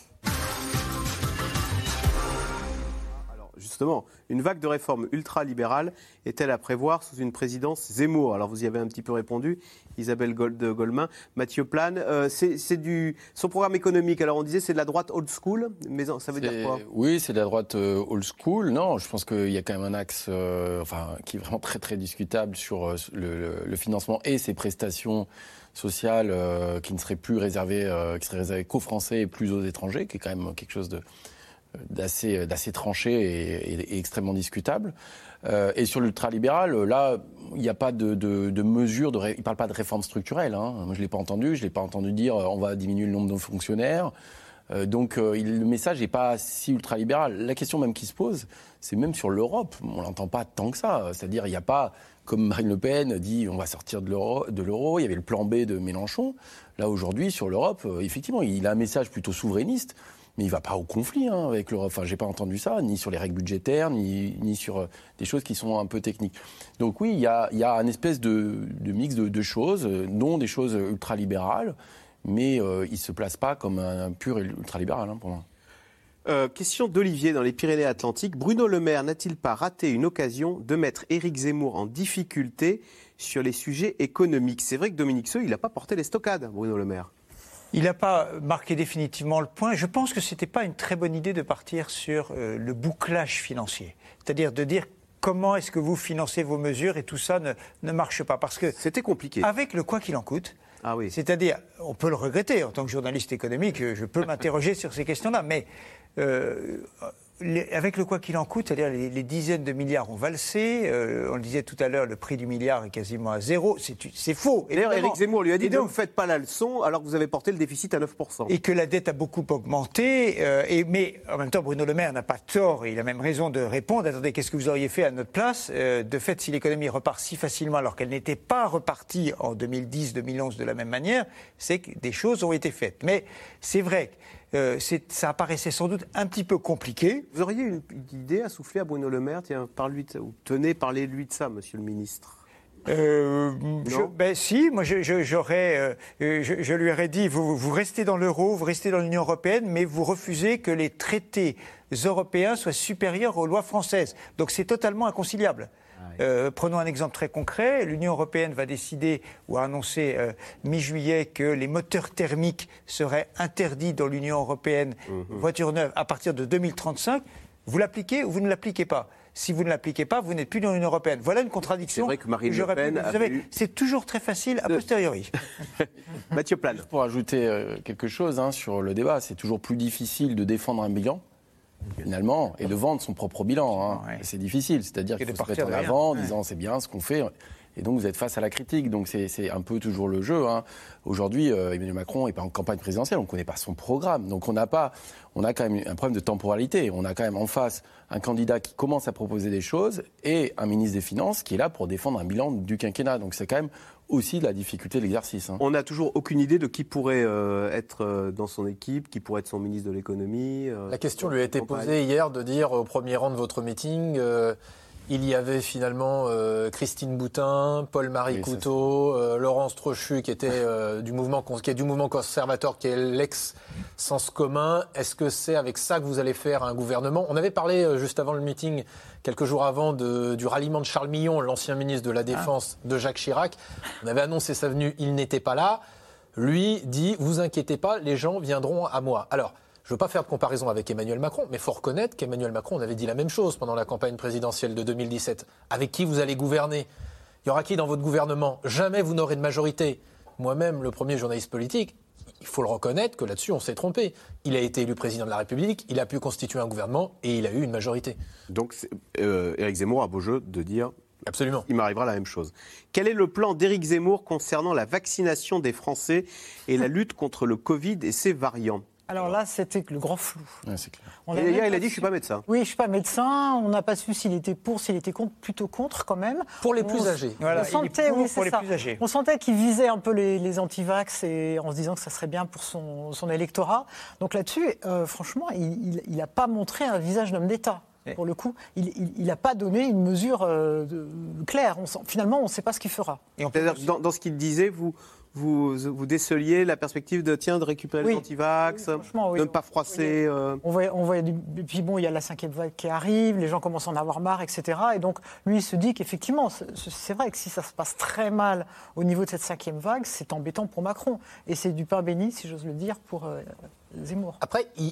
Justement, une vague de réformes ultra-libérales est-elle à prévoir sous une présidence Zemmour? Alors vous y avez un petit peu répondu, Isabelle de Golemin. Mathieu Plane, euh, c'est, c'est du... son programme économique, alors on disait c'est de la droite old school, mais ça veut c'est... dire quoi? Oui, c'est de la droite euh, old school. Non, je pense qu'il y a quand même un axe euh, enfin, qui est vraiment très très discutable sur euh, le, le, le financement et ses prestations sociales euh, qui ne seraient plus réservées, euh, qui seraient réservées qu'aux Français et plus aux étrangers, qui est quand même quelque chose de... D'assez, d'assez tranché et, et, et extrêmement discutable. Euh, et sur l'ultralibéral, là, il n'y a pas de, de, de mesures, de ré... il ne parle pas de réforme structurelle. Hein. Moi, je ne l'ai pas entendu. Je ne l'ai pas entendu dire euh, on va diminuer le nombre de fonctionnaires. Euh, donc, euh, il, le message n'est pas si ultralibéral. La question même qui se pose, c'est même sur l'Europe. On ne l'entend pas tant que ça. C'est-à-dire, il n'y a pas, comme Marine Le Pen dit, on va sortir de l'euro, de l'euro. Il y avait le plan B de Mélenchon. Là, aujourd'hui, sur l'Europe, euh, effectivement, il a un message plutôt souverainiste. Mais il ne va pas au conflit hein, avec l'Europe. Enfin, je n'ai pas entendu ça, ni sur les règles budgétaires, ni, ni sur euh, des choses qui sont un peu techniques. Donc oui, il y a, y a un espèce de, de mix de, de choses, euh, non des choses ultralibérales, mais euh, il ne se place pas comme un, un pur ultralibéral hein, pour moi. Euh, question d'Olivier dans les Pyrénées-Atlantiques. Bruno Le Maire n'a-t-il pas raté une occasion de mettre Éric Zemmour en difficulté sur les sujets économiques? C'est vrai que Dominique Seux, il n'a pas porté les stockades, Bruno Le Maire. Il n'a pas marqué définitivement le point. Je pense que ce n'était pas une très bonne idée de partir sur euh, le bouclage financier. C'est-à-dire de dire comment est-ce que vous financez vos mesures et tout ça ne, ne marche pas. Parce que c'était compliqué. Avec le quoi qu'il en coûte, ah oui. C'est-à-dire, on peut le regretter, en tant que journaliste économique, je peux m'interroger sur ces questions-là, mais euh, les, avec le quoi qu'il en coûte, c'est-à-dire les, les dizaines de milliards ont valsé, euh, on le disait tout à l'heure, le prix du milliard est quasiment à zéro, c'est, c'est faux. D'ailleurs, Éric Zemmour lui a dit, donc, ne faites pas la leçon alors que vous avez porté le déficit à neuf pour cent. Et que la dette a beaucoup augmenté, euh, et, mais en même temps, Bruno Le Maire n'a pas tort, et il a même raison de répondre, attendez, qu'est-ce que vous auriez fait à notre place? euh, De fait, si l'économie repart si facilement alors qu'elle n'était pas repartie en deux mille dix deux mille onze de la même manière, c'est que des choses ont été faites. Mais c'est vrai que Euh, c'est, ça apparaissait sans doute un petit peu compliqué. Vous auriez une, une idée à souffler à Bruno Le Maire? Tiens, parle-lui de ça, ou tenez, parlez-lui de ça, monsieur le ministre. Euh, je, ben si, moi je, je, j'aurais, euh, je, je lui aurais dit, vous, vous restez dans l'euro, vous restez dans l'Union européenne, mais vous refusez que les traités européens soient supérieurs aux lois françaises. Donc c'est totalement inconciliable. Euh, prenons un exemple très concret. L'Union européenne va décider ou a annoncé euh, mi-juillet que les moteurs thermiques seraient interdits dans l'Union européenne, mmh. voitures neuves, à partir de deux mille trente-cinq. Vous l'appliquez ou vous ne l'appliquez pas? Si vous ne l'appliquez pas, vous n'êtes plus dans l'Union européenne. Voilà une contradiction. C'est vrai que Marine Le Pen pu, a savez, eu... C'est toujours très facile a posteriori. Mathieu Plane. Pour ajouter euh, quelque chose hein, sur le débat, c'est toujours plus difficile de défendre un bilan finalement, et de vendre son propre bilan. Hein. Ouais. C'est difficile, c'est-à-dire qu'il faut se mettre en avant en disant c'est bien ce qu'on fait. Et donc, vous êtes face à la critique. Donc, c'est, c'est un peu toujours le jeu. Hein. Aujourd'hui, euh, Emmanuel Macron n'est pas en campagne présidentielle. On ne connaît pas son programme. Donc, on n'a pas, on a quand même un problème de temporalité. On a quand même en face un candidat qui commence à proposer des choses et un ministre des Finances qui est là pour défendre un bilan du quinquennat. Donc, c'est quand même aussi de la difficulté de l'exercice. Hein. On n'a toujours aucune idée de qui pourrait euh, être euh, dans son équipe, qui pourrait être son ministre de l'économie. Euh, la question lui a été posée hier de dire au premier rang de votre meeting... Euh, il y avait finalement euh, Christine Boutin, Paul-Marie oui, Couteau, euh, Laurence Trochu qui était euh, du mouvement qui est du mouvement conservateur, qui est l'ex-Sens commun. Est-ce que c'est avec ça que vous allez faire un gouvernement ? On avait parlé euh, juste avant le meeting, quelques jours avant, de, du ralliement de Charles Millon, l'ancien ministre de la Défense ah. de Jacques Chirac. On avait annoncé sa venue, il n'était pas là. Lui dit « Vous inquiétez pas, les gens viendront à moi ». Alors, je ne veux pas faire de comparaison avec Emmanuel Macron, mais il faut reconnaître qu'Emmanuel Macron, on avait dit la même chose pendant la campagne présidentielle de deux mille dix-sept. Avec qui vous allez gouverner ? Il y aura qui dans votre gouvernement ? Jamais vous n'aurez de majorité. Moi-même, le premier journaliste politique, il faut le reconnaître que là-dessus, on s'est trompé. Il a été élu président de la République, il a pu constituer un gouvernement et il a eu une majorité. Donc, euh, Éric Zemmour a beau jeu de dire... Absolument. Il m'arrivera la même chose. Quel est le plan d'Éric Zemmour concernant la vaccination des Français et la lutte contre le Covid et ses variants ? Alors là, c'était le grand flou. Ouais, c'est clair. On et hier, il a dit « je ne suis pas médecin ». Oui, je ne suis pas médecin. On n'a pas su s'il était pour, s'il était contre, plutôt contre quand même. Pour les plus on, âgés. Voilà, on sentait, pour, oui, pour les ça. plus âgés. On sentait qu'il visait un peu les, les antivax et en se disant que ça serait bien pour son, son électorat. Donc là-dessus, euh, franchement, il n'a pas montré un visage d'homme d'État. Pour le coup, il n'a pas donné une mesure euh, de, claire. On sent, finalement, on ne sait pas ce qu'il fera. Et on peut aussi... dans, dans ce qu'il disait, vous... Vous, vous déceliez la perspective de, tiens, de récupérer oui. les antivax, oui, oui, de ne pas froisser... Oui. Euh... On voit, on voit, et puis bon, il y a la cinquième vague qui arrive, les gens commencent à en avoir marre, et cetera. Et donc, lui, il se dit qu'effectivement, c'est, c'est vrai que si ça se passe très mal au niveau de cette cinquième vague, c'est embêtant pour Macron. Et c'est du pain béni, si j'ose le dire, pour euh, Zemmour. Après, il,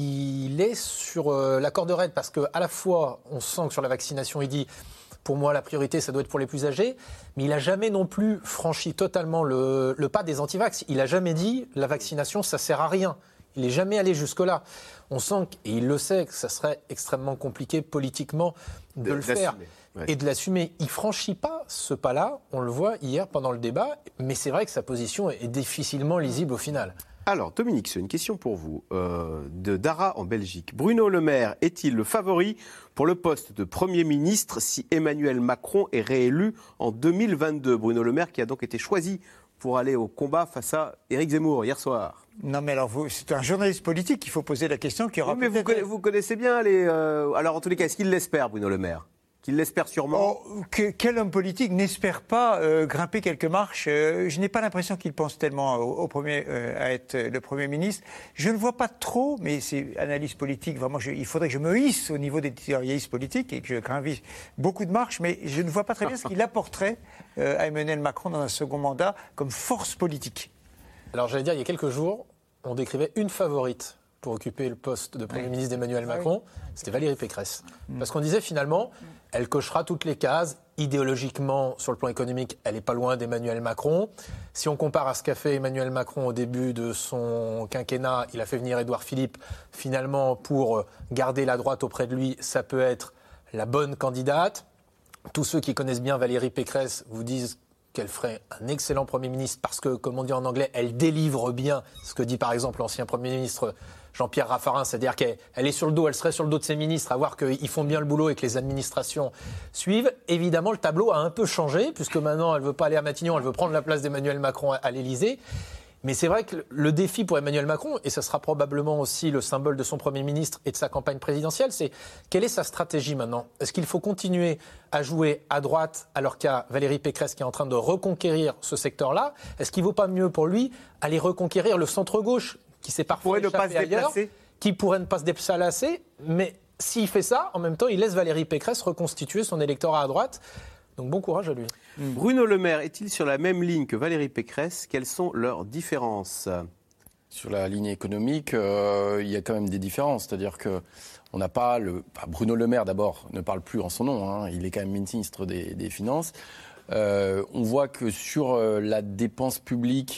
il est sur euh, la corde raide, parce qu'à la fois, on sent que sur la vaccination, il dit... Pour moi, la priorité, ça doit être pour les plus âgés. Mais il n'a jamais non plus franchi totalement le, le pas des antivax. Il n'a jamais dit la vaccination, ça ne sert à rien. Il n'est jamais allé jusque-là. On sent, et il le sait, que ça serait extrêmement compliqué politiquement de, de le faire ouais. et de l'assumer. Il ne franchit pas ce pas-là. On le voit hier pendant le débat. Mais c'est vrai que sa position est difficilement lisible au final. Alors, Dominique, c'est une question pour vous, euh, de Dara en Belgique. Bruno Le Maire est-il le favori pour le poste de Premier ministre si Emmanuel Macron est réélu en deux mille vingt-deux ? Bruno Le Maire qui a donc été choisi pour aller au combat face à Éric Zemmour hier soir. Non, mais alors, vous, c'est un journaliste politique, il faut poser la question qui aura oui, mais vous connaissez, vous connaissez bien les... Euh, alors, en tous les cas, est-ce qu'il l'espère, Bruno Le Maire ? Qu'il l'espère sûrement. Oh, que, quel homme politique n'espère pas euh, grimper quelques marches euh, Je n'ai pas l'impression qu'il pense tellement au, au premier, euh, à être le Premier ministre. Je ne vois pas trop, mais c'est analyse politique. Vraiment, je, il faudrait que je me hisse au niveau des théoristes politiques et que je gravisse beaucoup de marches, mais je ne vois pas très bien ce qu'il apporterait euh, à Emmanuel Macron dans un second mandat comme force politique. Alors, j'allais dire, il y a quelques jours, on décrivait une favorite pour occuper le poste de Premier oui. ministre d'Emmanuel Macron, oui. c'était Valérie Pécresse. Mmh. Parce qu'on disait finalement, elle cochera toutes les cases. Idéologiquement, sur le plan économique, elle n'est pas loin d'Emmanuel Macron. Si on compare à ce qu'a fait Emmanuel Macron au début de son quinquennat, il a fait venir Édouard Philippe. Finalement, pour garder la droite auprès de lui, ça peut être la bonne candidate. Tous ceux qui connaissent bien Valérie Pécresse vous disent qu'elle ferait un excellent Premier ministre parce que, comme on dit en anglais, elle délivre bien ce que dit par exemple l'ancien Premier ministre Jean-Pierre Raffarin, c'est-à-dire qu'elle est sur le dos, elle serait sur le dos de ses ministres, à voir qu'ils font bien le boulot et que les administrations suivent. Évidemment, le tableau a un peu changé, puisque maintenant, elle ne veut pas aller à Matignon, elle veut prendre la place d'Emmanuel Macron à l'Élysée. Mais c'est vrai que le défi pour Emmanuel Macron, et ce sera probablement aussi le symbole de son Premier ministre et de sa campagne présidentielle, c'est quelle est sa stratégie maintenant ? Est-ce qu'il faut continuer à jouer à droite alors qu'il y a Valérie Pécresse qui est en train de reconquérir ce secteur-là ? Est-ce qu'il ne vaut pas mieux pour lui aller reconquérir le centre-gauche qui s'est parfois échappé ailleurs, qui pourrait ne pas se déplacer, mais s'il fait ça, en même temps, il laisse Valérie Pécresse reconstituer son électorat à droite. Donc bon courage à lui. Mmh. Bruno Le Maire est-il sur la même ligne que Valérie Pécresse ? Quelles sont leurs différences ? Sur la ligne économique, euh, il y a quand même des différences. C'est-à-dire que on n'a pas le. Enfin, Bruno Le Maire, d'abord, ne parle plus en son nom. Hein, il est quand même ministre des, des Finances. Euh, on voit que sur euh, la dépense publique,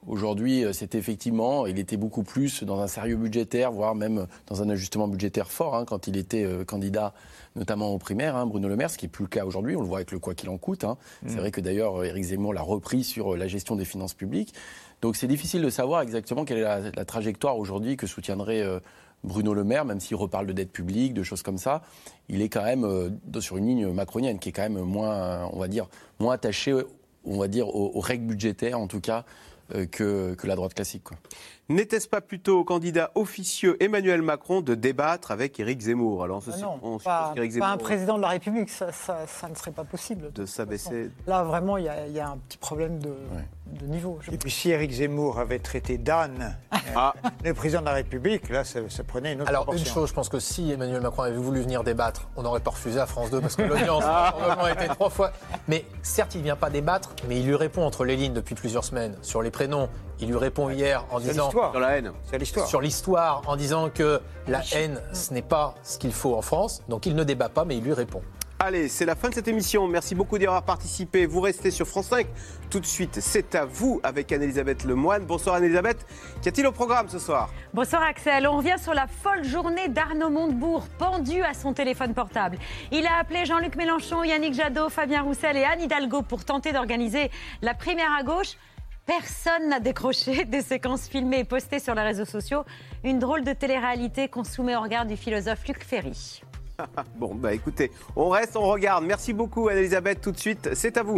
Aujourd'hui, c'était effectivement, il était beaucoup plus dans un sérieux budgétaire, voire même dans un ajustement budgétaire fort, hein, quand il était euh, candidat, notamment aux primaires, hein, Bruno Le Maire, ce qui n'est plus le cas aujourd'hui. On le voit avec le quoi qu'il en coûte. Hein. Mmh. C'est vrai que d'ailleurs, Éric Zemmour l'a repris sur la gestion des finances publiques. Donc c'est difficile de savoir exactement quelle est la, la trajectoire aujourd'hui que soutiendrait euh, Bruno Le Maire, même s'il reparle de dette publique, de choses comme ça. Il est quand même euh, sur une ligne macronienne qui est quand même moins, on va dire, moins attachée, on va dire, aux, aux règles budgétaires, en tout cas, euh, que, que la droite classique, quoi. N'était-ce pas plutôt au candidat officieux Emmanuel Macron de débattre avec Éric Zemmour? Alors, on ah se, non, on pas, Zemmour, pas un président de la République, ça, ça, ça ne serait pas possible. De s'abaisser. Là, vraiment, il y, y a un petit problème de, ouais. de niveau. Et puis, si Éric Zemmour avait traité d'âne ah. le président de la République, là, ça, ça prenait une autre Alors, proportion. une chose, je pense que si Emmanuel Macron avait voulu venir débattre, on n'aurait pas refusé à France deux, parce que l'audience a probablement été trois fois. Mais certes, il ne vient pas débattre, mais il lui répond entre les lignes depuis plusieurs semaines sur les prénoms. Il lui répond hier en c'est disant... Sur la haine. C'est l'histoire. Sur l'histoire, en disant que la haine, ce n'est pas ce qu'il faut en France. Donc il ne débat pas, mais il lui répond. Allez, c'est la fin de cette émission. Merci beaucoup d'y avoir participé. Vous restez sur France cinq. Tout de suite, c'est à vous avec Anne-Elisabeth Lemoine. Bonsoir Anne-Elisabeth. Qu'y a-t-il au programme ce soir? Bonsoir Axel. On revient sur la folle journée d'Arnaud Montebourg, pendu à son téléphone portable. Il a appelé Jean-Luc Mélenchon, Yannick Jadot, Fabien Roussel et Anne Hidalgo pour tenter d'organiser la primaire à gauche. Personne n'a décroché des séquences filmées et postées sur les réseaux sociaux. Une drôle de télé-réalité qu'on soumet au regard du philosophe Luc Ferry. Bon, bah écoutez, on reste, on regarde. Merci beaucoup Anne-Elisabeth. Tout de suite, c'est à vous.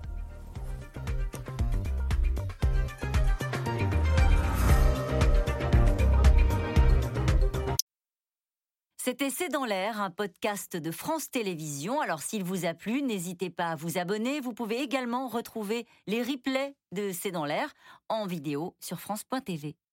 C'était C'est dans l'air, un podcast de France Télévisions. Alors s'il vous a plu, n'hésitez pas à vous abonner. Vous pouvez également retrouver les replays de C'est dans l'air en vidéo sur France point T V.